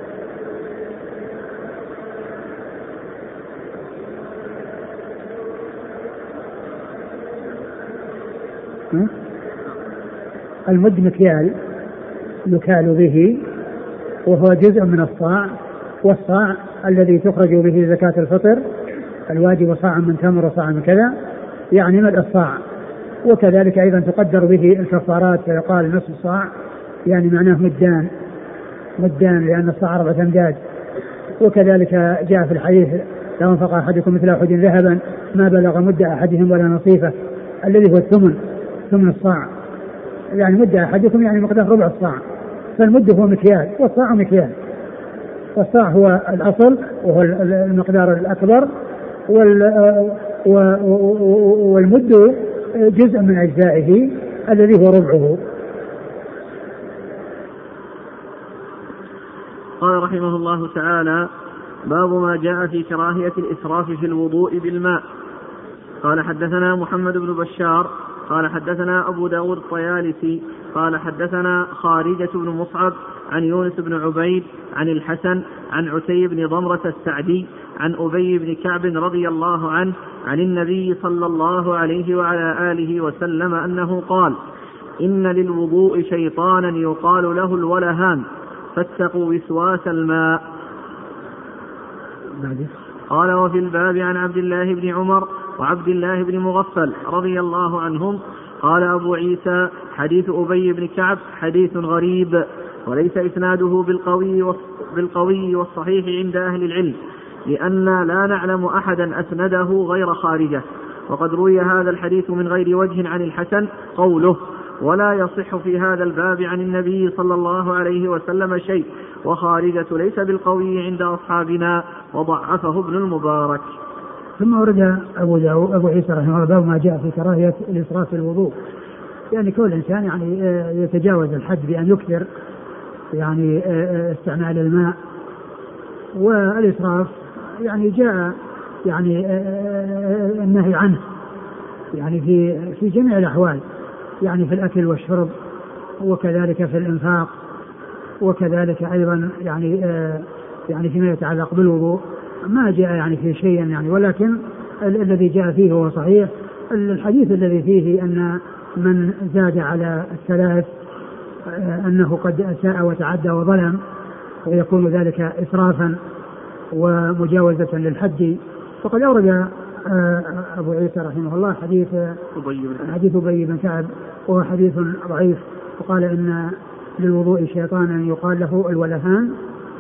المد مكيال يكال به، وهو جزء من الصاع، والصاع الذي تخرج به زكاة الفطر الواجب صاع من تمر وصاع من كذا، يعني مد الصاع. وكذلك أيضا تقدر به الكفارات، فيقال نصف الصاع يعني معناه مدان لأن الصاع 4 أمداد. وكذلك جاء في الحديث: لو انفق أحدكم مثل أحد ذهبا ما بلغ مد أحدهم ولا نصيفه، الذي هو ثمن الصاع، يعني مد أحدكم يعني مقدار ربع الصاع. فالمد هو مكيال والصاع مكيال، والصاع هو الأصل وهو المقدار الأكبر، والمد جزء من أجزائه الذي هو ربعه. قال رحمه الله تعالى: باب ما جاء في كراهية الإسراف في الوضوء بالماء. قال: حدثنا محمد بن بشار قال: حدثنا أبو داود الطيالسي قال: حدثنا خارجة بن مصعب عن يونس بن عبيد عن الحسن عن عتي بن ضمرة السعدي عن أبي بن كعب رضي الله عنه عن النبي صلى الله عليه وعلى آله وسلم أنه قال: إن للوضوء شيطانا يقال له الولهان فاتقوا وسواس الماء. قال: وفي الباب عن عبد الله بن عمر وعبد الله بن مغفل رضي الله عنهم. قال أبو عيسى: حديث أبي بن كعب حديث غريب، وليس إسناده بالقوي والصحيح عند أهل العلم، لأننا لا نعلم أحدا أسنده غير خارجة. وقد روي هذا الحديث من غير وجه عن الحسن قوله: ولا يصح في هذا الباب عن النبي صلى الله عليه وسلم شيء، وخارجة ليس بالقوي عند أصحابنا، وضعفه ابن المبارك. ثم ورد أبو عيسى رحمه الله باب ما جاء في كراهية الإسراف في الوضوء، يعني كل إنسان يعني يتجاوز الحد بأن يكثر يعني استعمال الماء. والإسراف يعني جاء يعني النهي عنه يعني في جميع الأحوال، يعني في الأكل والشرب، وكذلك في الإنفاق، وكذلك أيضا يعني فيما يتعلق بالوضوء ما جاء يعني في شيء يعني، ولكن الذي جاء فيه هو صحيح. الحديث الذي فيه أن من زاد على 3 أنه قد أساء وتعدى وظلم، ويكون ذلك إسرافا ومجاوزة للحد. فقد أورد أبو عيسى رحمه الله حديث أبي بن كعب، وهو حديث ضعيف. وقال: إن للوضوء شيطانا يقال له الولهان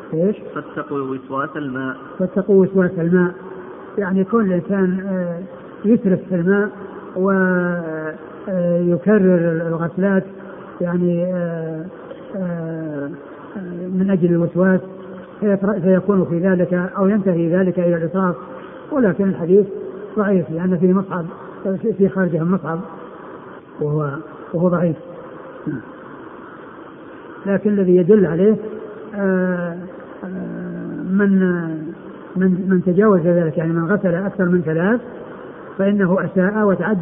فاتقوا وسواس الماء، يعني كل إنسان يسرف في الماء ويكرر الغسلات يعني من أجل الوسواس، فيكون في ذلك أو ينتهي ذلك إلى الإسراف. ولكن الحديث ضعيف لأن فيه مصعب، في خارجه مصعب وهو ضعيف. لكن الذي يدل عليه من تجاوز ذلك، يعني من غسل أكثر من 3 فإنه أساء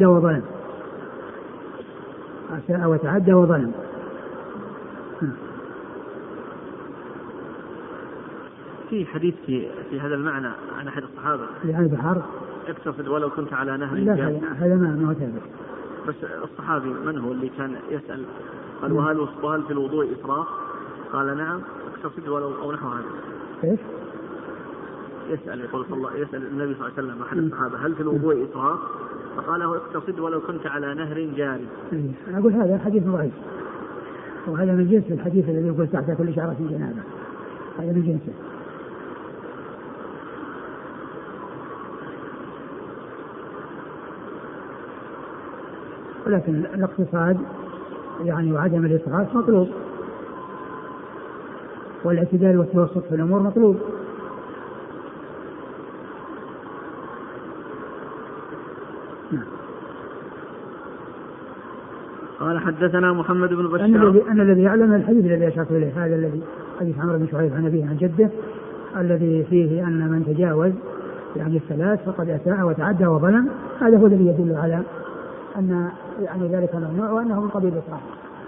وتعدى وظلم. في حديث في هذا المعنى عن أحد الصحابة يعني بحر اقتصد ولو كنت على نهر. لا هذا ما هو ثابت. بس الصحابي من هو اللي كان يسأل قال: وهل في الوضوء إسراف؟ قال: نعم اقتصد ولو، أو نحو هذا. إيش؟ يسأل النبي صلى الله عليه وسلم أحد الصحابة: هل في الوضوء إسراف؟ فقال: اقتصد ولو كنت على نهر جاري. أنا أقول هذا حديث ضعيف، وهذا من جنس الحديث الذي يقول تحت كل شعرة جنابة، هذا من جنسه. ولكن الاقتصاد يعني وعدم الإسراف مطلوب، والاعتدال والتوسط في الأمور مطلوب. قال حدثنا محمد بن بشار أن الذي يعلم الحديث الذي أشرت إليه، هذا الذي حديث عمرو بن شعيب عن أبيه عن جده، الذي فيه أن من تجاوز يعني الثلاث فقد أساء وتعدى وظلم، هذا هو الذي يدل على أن يعني ذلك ممنوع وأنه من قبيل الإسراف.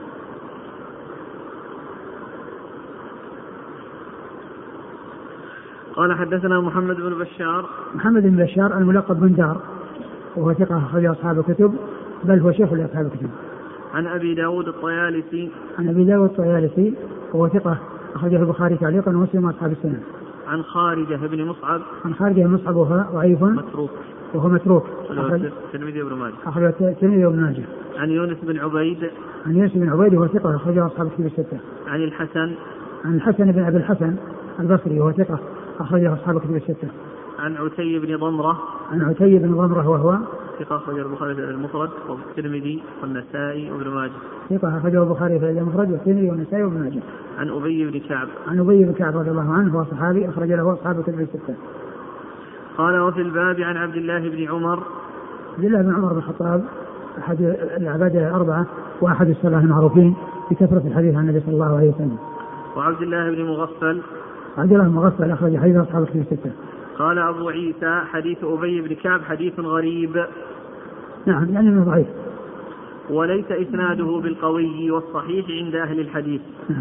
قال حدثنا محمد بن بشار الملقب بن دار، وهو ثقة أخرج أصحاب الكتب، بل هو شيخ لأصحاب الكتب. عن أبي داود الطيالسي وهو ثقة أخرجه البخاري تعليقا ومسلم وأصحاب السنن. عن خارجة بن مصعب وهو ضعيف وهو متروك، الترمذي وابن ماجه. عن يونس بن عبيد وهو ثقة أخرجه أصحاب الكتب الستة. عن الحسن بن أبي الحسن البصري وهو ثقة أخرجه أصحاب الكتب الستة. عن عتي بن ضمرة وهو ثقة أخرجه البخاري في المفرد والترمذي والنسائي وابن ماجه. ثقة أخرجه البخاري في المفرد والترمذي والنسائي وابن ماجه. عن أبي بن كعب رضي الله عنه، هو صحابي أخرج له أصحاب الكتب الستة. قال وفي الباب عن عبد الله بن عمر بن الخطاب أحد العبادة الأربعة وأحد السبعة المعروفين بكثرة الحديث عن النبي صلى الله عليه وسلم. وعبد الله بن مغفل أخرج حديث أصحاب الكتب الستة. قال أبو عيسى حديث أبي بن كعب حديث غريب. نعم، يعني أنه ضعيف وليس إسناده بالقوي والصحيح عند أهل الحديث. نعم.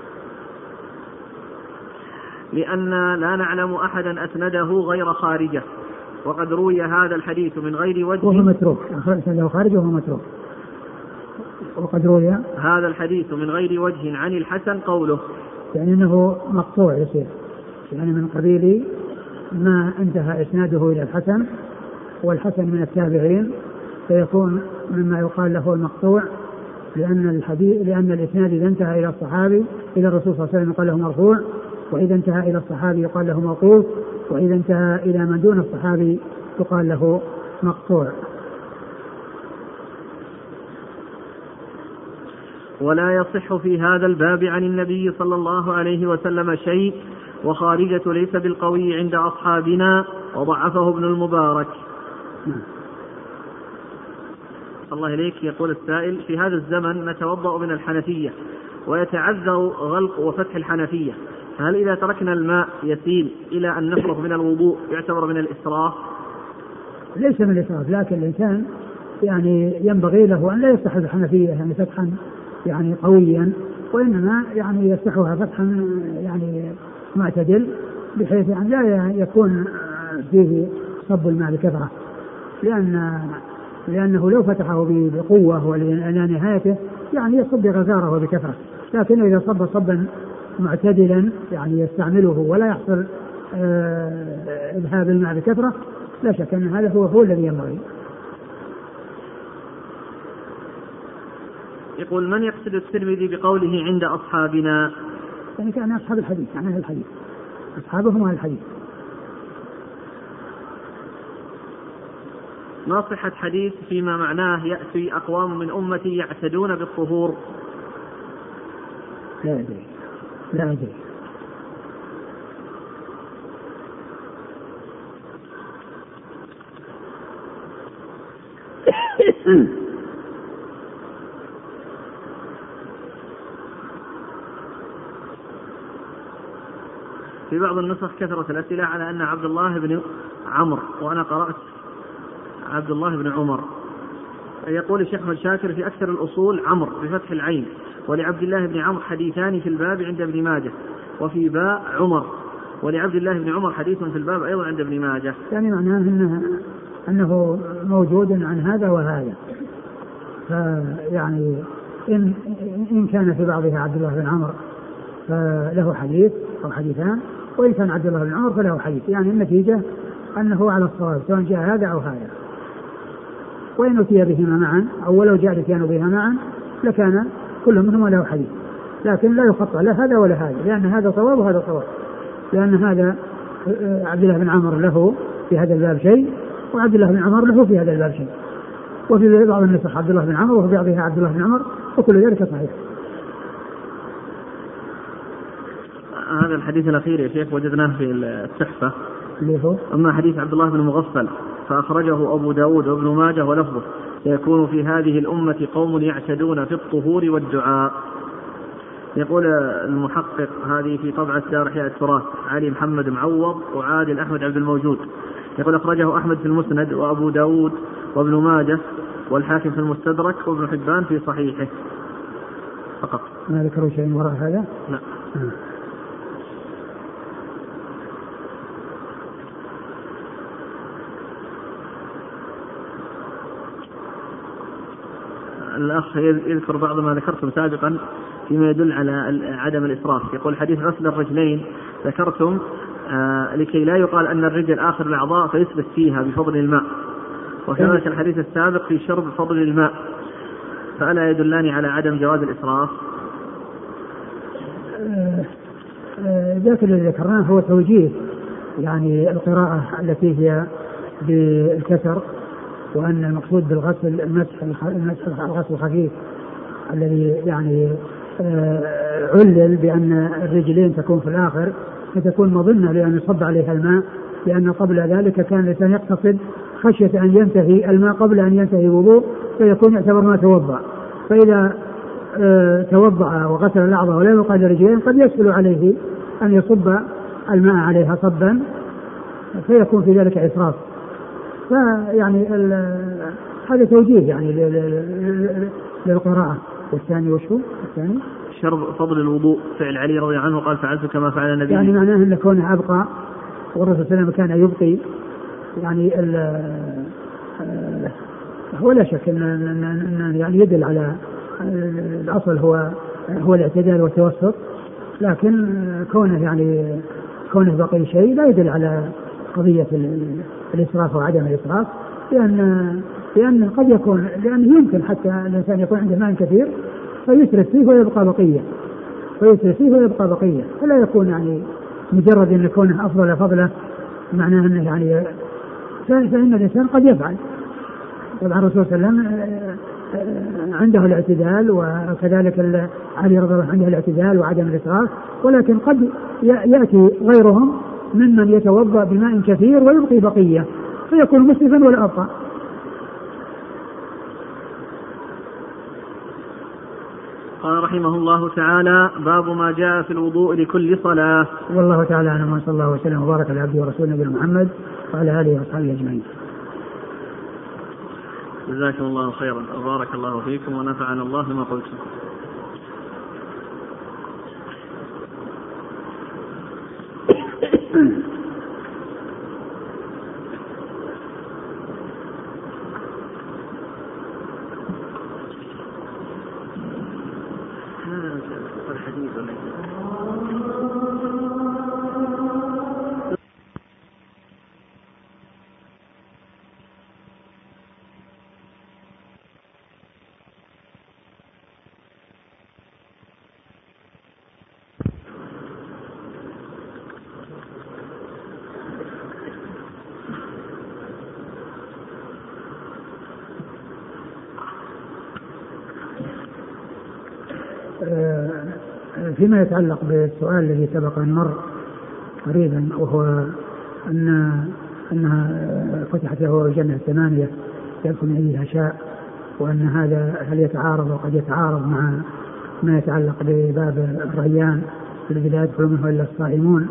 لأن لا نعلم أحدا أسنده غير خارجة، وقد روي هذا الحديث من غير وجه وهو متروك، أسنده خارجة وهو متروك. وقد روي هذا الحديث من غير وجه عن الحسن قوله، يعني أنه مقطوع يصير، يعني من قبيل ما انتهى إسناده إلى الحسن، والحسن من التابعين، فيكون مما يقال له المقطوع، لأن الإسناد إذا انتهى إلى الصحابي إلى الرسول صلى الله عليه وسلم يقال له مرفوع، وإذا انتهى إلى الصحابي يقال له موقوف، وإذا انتهى إلى من دون الصحابي يقال له مقطوع. ولا يصح في هذا الباب عن النبي صلى الله عليه وسلم شيء، وخارجة ليس بالقوي عند أصحابنا، وضعفه ابن المبارك. الله إليك. يقول السائل: في هذا الزمن نتوضأ من الحنفية ويتعذر غلق وفتح الحنفية، فهل إذا تركنا الماء يسيل إلى أن نفرغ من الوضوء يعتبر من الإسراف؟ ليس من الإسراف، لكن الإنسان يعني ينبغي له أن لا يفتح الحنفية يعني فتحا يعني قويا، وإنما يعني يفتحها فتحا يعني معتدل، بحيث يعني لا يكون فيه صب الماء بكثرة، لأنه لو فتحه بقوة وإلى نهايته يعني يصب غزاره بكثرة، لكن إذا صب صبا معتدلا يعني يستعمله ولا يحصل إذهاب الماء بكثرة، لا شك أن هذا هو الذي ينبغي. يقول: من يقصد الترمذي بقوله عند أصحابنا؟ يعني كان أصحاب الحديث، يعني أهل الحديث، أصحابهم أهل الحديث. ما صحة حديث فيما معناه يأتي أقوام من أمتي يعتدون بالطهور؟ لا أدري. في بعض النسخ كثرة الأسئلة على أن عبد الله بن عمرو، وأنا قرأت عبد الله بن عمر. يقول الشيخ أحمد شاكر: في أكثر الأصول عمرو بفتح العين، ولعبد الله بن عمرو حديثان في الباب عند ابن ماجه، وفي باء عمر، ولعبد الله بن عمر حديث في الباب أيضا عند ابن ماجه. يعني معناه أنه موجود عن هذا وهذا، فيعني إن كان في بعضها عبد الله بن عمرو فله حديث أو حديثان، وإن كان عبد الله بن عمر فله حديث، يعني النتيجة أنه على الصواب سواء جاء هذا أو هذا. وإن أتي بهما معا أو ولو جاء الاتيان بهما معا لكان كل منهما له حديث، لكن لا يخطأ لا هذا ولا هذا، لأن هذا صواب وهذا صواب، لأن هذا عبد الله بن عمر له في هذا الباب شيء، وعبد الله بن عمر له في هذا الباب شيء. وفي بعض النسخ عبد الله بن عمرو وفي بعضها عبد الله بن عمر، وكل ذلك صحيح. هذا الحديث الأخير يا شيخ وجدناه في التحفة اللي هو أما حديث عبد الله بن مغفل فأخرجه أبو داود وابن ماجه ولفظه سيكون في هذه الأمة قوم يعتدون في الطهور والدعاء. يقول المحقق هذه في طبعة دار إحياء التراث علي محمد معوض وعادل أحمد عبد الموجود، يقول أخرجه أحمد في المسند وأبو داود وابن ماجه والحاكم في المستدرك وابن حبان في صحيحه فقط. ما ذكروا شيء وراء هذا؟ لا. الأخ يذكر بعض ما ذكرتم سابقا فيما يدل على عدم الإسراف. يقول حديث غسل الرجلين ذكرتم لكي لا يقال أن الرجل آخر الأعضاء فيثبت فيها بفضل الماء، وكذلك الحديث السابق في شرب فضل الماء، فألا يدلان على عدم جواز الإسراف؟ ذاك الذي ذكرناه هو توجيه يعني القراءة التي هي بالكسر، وأن المقصود بالغسل المسح الغسل الخفيف الذي يعني علل بأن الرجلين تكون في الآخر فتكون مظنة لأن يصب عليها الماء، لأن قبل ذلك كان الإنسان يقتصد خشية أن ينتهي الماء قبل أن ينتهي الوضوء فيكون يعتبر ما توضأ، فإذا توضأ وغسل الأعضاء ولا يقال الرجلين قد يسهل عليه أن يصب الماء عليها صبا فيكون في ذلك إسراف. فيعني هذا توجيه يعني للقراءة. والثاني وشو الثاني؟ شرب فضل الوضوء فعل علي رضي عنه قال فعلت كما فعل النبي، يعني معناه أن كونه أبقى والرسول صلى الله عليه وسلم كان يبقي يعني هو لا شك أن يعني يدل على الأصل هو الاعتدال والتوسط، لكن كونه بقي شيء لا يدل على قضية الإسراف وعدم الإسراف، لأن قد يكون لأنه يمكن حتى الإنسان يكون عنده ماء كثير فيسرف فيه ويبقى بقية فلا يكون يعني مجرد أن يكون أفضل فضله معناه أنه يعني فإن الإنسان قد يفعل. طبعا الرسول صلى الله عليه وسلم عنده الاعتدال وكذلك علي رضي الله عنه عنده الاعتدال وعدم الإسراف، ولكن قد يأتي غيرهم ممن يتوضأ بماء كثير ويبقي بقية فيكون مسرفا ولا أبقى. قال رحمه الله تعالى باب ما جاء في الوضوء لكل صلاة. والله تعالى أعلم وصلى الله وسلم وبارك على عبده ورسوله نبينا محمد وعلى آله وصحبه أجمعين. جزاكم الله خيرا وبارك الله فيكم ونفعنا الله بما قلتم. فيما يتعلق بالسؤال الذي سبق أن مر قريبا وهو أنها فتحت له الجنة 8 يدخل من أيها شاء، وأن هذا هل يتعارض وقد يتعارض مع ما يتعلق بباب الريان الذي لا يدخل منه إلا الصائمون.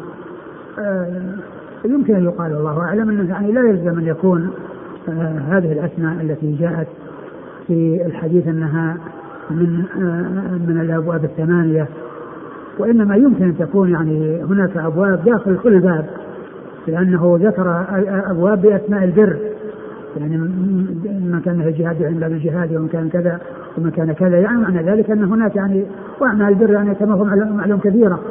يمكن أن يقال الله أعلم أنه يعني لا يلزم أن يكون هذه الأسماء التي جاءت في الحديث أنها من الأبواب 8، وإنما يمكن أن تكون يعني هناك أبواب داخل كل باب، لأنه ذكر أبواب بأسماء البر، يعني من كان الجهاد عند الجهاد ومن كان كذا ومن كان كذا، يعني معنى ذلك أن هناك يعني وأعمال البر يعني كما هو معلوم كثيرة.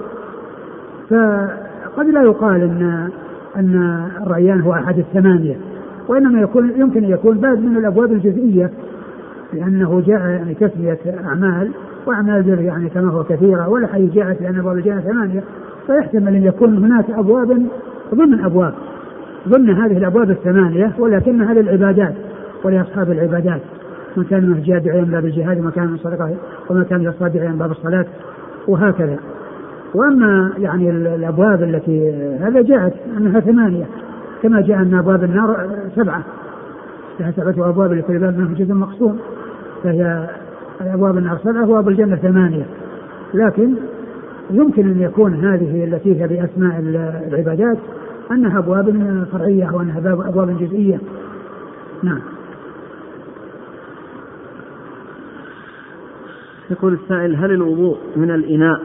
فقد لا يقال أن الريان هو أحد 8، وإنما يمكن أن يكون باب من الأبواب الجزئية، لأنه جاء يعني تسمية أعمال وأعمال البر يعني كما هو كثيرة، ولا حي جاءت لأن أبواب الجنة 8، فيحتمل أن يكون هناك أبواب ضمن هذه الأبواب 8 ولكنها للعبادات ولأصحاب العبادات، من كان من الجهاد يعين باب الجهاد، وما كان من الصدقة وما كان من الصلاة يعين باب الصلاة، وهكذا. وأما يعني الأبواب التي هذا جاءت أنها 8 كما جاء أن أبواب النار 7 لها 7 أبواب لكل باب منهم جزء مقسوم، فهي أبواب النار 7 وأبواب الجنة 8. لكن يمكن أن يكون هذه التي هي بأسماء العبادات أنها أبواب فرعية وأنها أبواب جزئية. نعم. يقول السائل: هل الوضوء من الإناء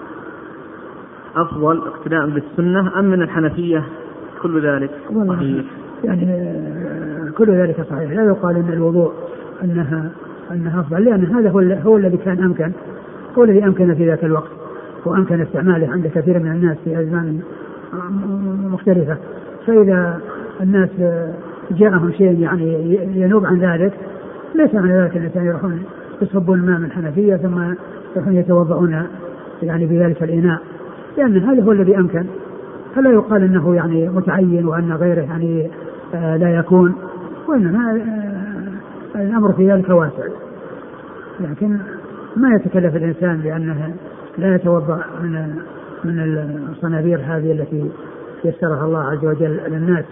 أفضل اقتداء بالسنة أم من الحنفية؟ كل ذلك صحيح. يعني كل ذلك صحيح، لا يقال أن الوضوء أنها أفضل، لأن هذا هو الذي كان أمكن، هو الذي أمكن في ذاك الوقت وأمكن استعماله عند كثير من الناس في أزمان مختلفة. فإذا الناس جاءهم شيء يعني ينوب عن ذلك، ليس عن ذلك الإنسان يروحون يصبون الماء من الحنفية ثم يروحون يتوضؤون يعني بذلك الإناء، لأن هذا هو الذي أمكن. فلا يقال أنه يعني متعين وأن غيره يعني لا يكون، وإنما الأمر في ذلك واسع. لكن ما يتكلف الإنسان بأنه لا يتوضأ من الصنابير هذه التي يسرها الله عز وجل للناس،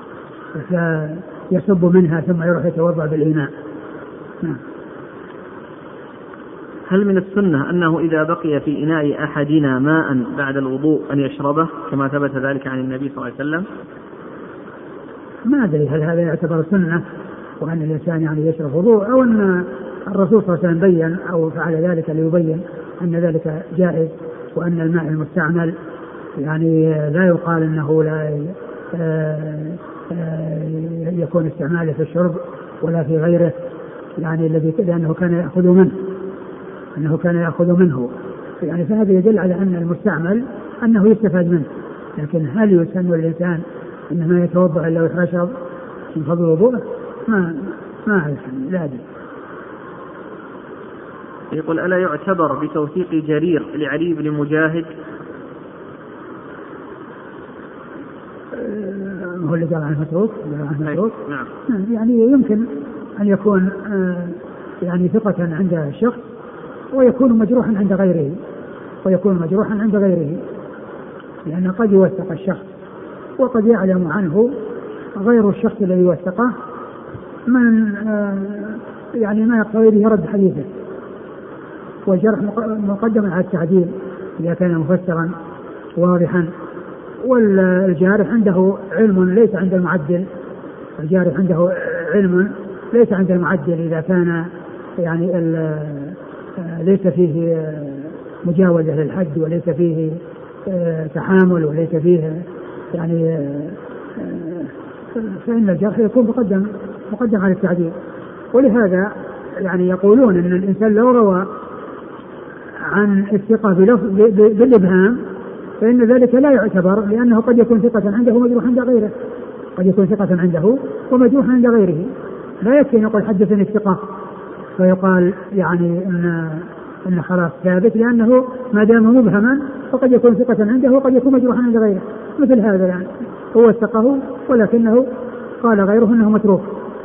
فيصب منها ثم يروح يتوضأ بالإناء. هل من السنة أنه إذا بقي في إناء أحدنا ماء بعد الوضوء أن يشربه كما ثبت ذلك عن النبي صلى الله عليه وسلم؟ ما أدري هل هذا يعتبر سنة وأن الإنسان يعني يشرب وضوء، أو أن الرسول صلى الله عليه وسلم بين أو فعل ذلك ليبين أن ذلك جائز، وأن الماء المستعمل يعني لا يقال أنه لا يكون استعماله في الشرب ولا في غيره، يعني الذي لأنه كان يأخذ منه يعني، فهذا يدل على أن المستعمل أنه يستفاد منه. لكن هل يسن الإنسان إنما يتوضأ إلا ويشرب من فضل وضوءه؟ ما يسن، لا أدري. يقول: ألا يعتبر بتوثيق جرير لعلي بن مجاهد؟ هو اللي قال عنه متروك. نعم. يعني يمكن أن يكون يعني ثقة عند الشخص ويكون مجروحا عند غيره، لأن قد يوثق الشخص وقد يعلم عنه غير الشخص الذي وثقه من يعني ما يقتضي به رد حديثه، والجرح مقدم على التعديل إذا كان مفسرا واضحا. والجارح عنده علم ليس عند المعدل، إذا كان يعني ليس فيه مجاوزة للحد، وليس فيه تحامل، وليس فيه يعني فإن الجرح يكون مقدم على التعديل. ولهذا يعني يقولون أن الإنسان لو روى عن الثقة بالإبهام فإن ذلك لا يعتبر، لأنه قد يكون ثقة عنده ومجروح عند غيره، عند غيره. لا يكفي أن يقول حدثني الثقة فيقال يعني أن خلاص ثابت، لأنه ما دام مبهما فقد يكون ثقة عنده وقد يكون مجروحا عند غيره. مثل هذا يعني هو ثقه ولكنه قال غيره أنه متروك.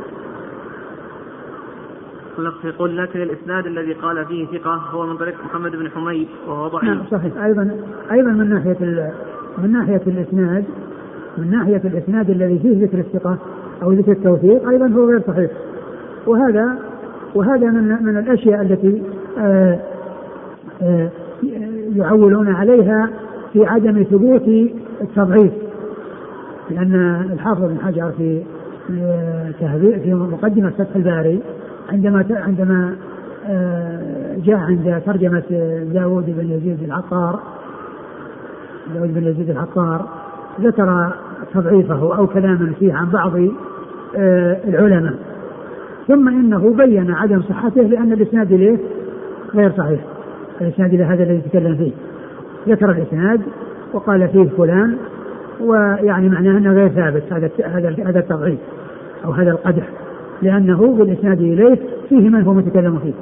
يقول: لكن الإسناد الذي قال فيه ثقة هو من طريق محمد بن حميد وهو ضعيف. نعم صحيح. أيضا من ناحية الإسناد الذي فيه ذكر الثقة أو ذكر التوثيق أيضا هو غير صحيح. وهذا من الأشياء التي يعولون عليها في عدم ثبوت التضعيف، لأن الحافظ بن حجر في مقدمة فتح الباري عندما جاء عند ترجمة داود بن يزيد العطار ذكر تضعيفه أو كلاما فيه عن بعض العلماء، ثم إنه بين عدم صحته لأن الإسناد إليه غير صحيح. الإسناد إلى هذا الذي يتكلم فيه ذكر الإسناد وقال فيه فلان، ويعني معناه أنه غير ثابت هذا التضعيف أو هذا القدح، لأنه بالإسناد إليه فيه من هو متكلم فيه.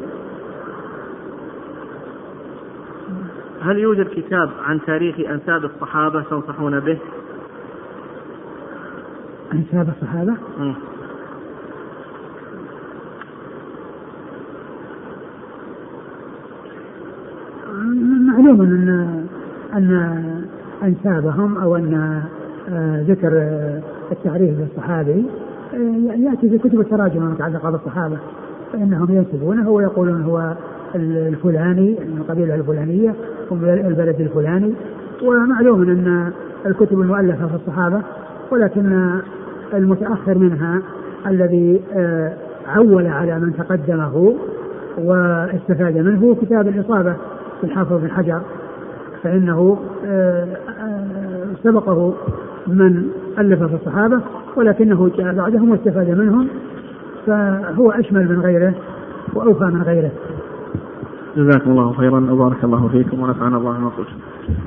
هل يوجد كتاب عن تاريخ أنساب الصحابة تنصحون به؟ أنساب الصحابة؟ معلوم أن أنسابهم أو أن ذكر التعريف بالصحابي يأتي في كتب التراجم المتعلقة بالصحابة، فإنهم ينسبونه ويقولون هو الفلاني من القبيلة الفلانية ومن البلد الفلاني. ومعلوم أن الكتب المؤلفة في الصحابة، ولكن المتأخر منها الذي عول على من تقدمه واستفاد منه كتاب الإصابة في الحافظ بن حجر، فإنه سبقه من ألف في الصحابة ولكنه جاء بعدهم واستفاد منهم، فهو أشمل من غيره وأوفى من غيره. جزاكم الله خيرا وبارك الله فيكم ونفعنا الله ما قلتم.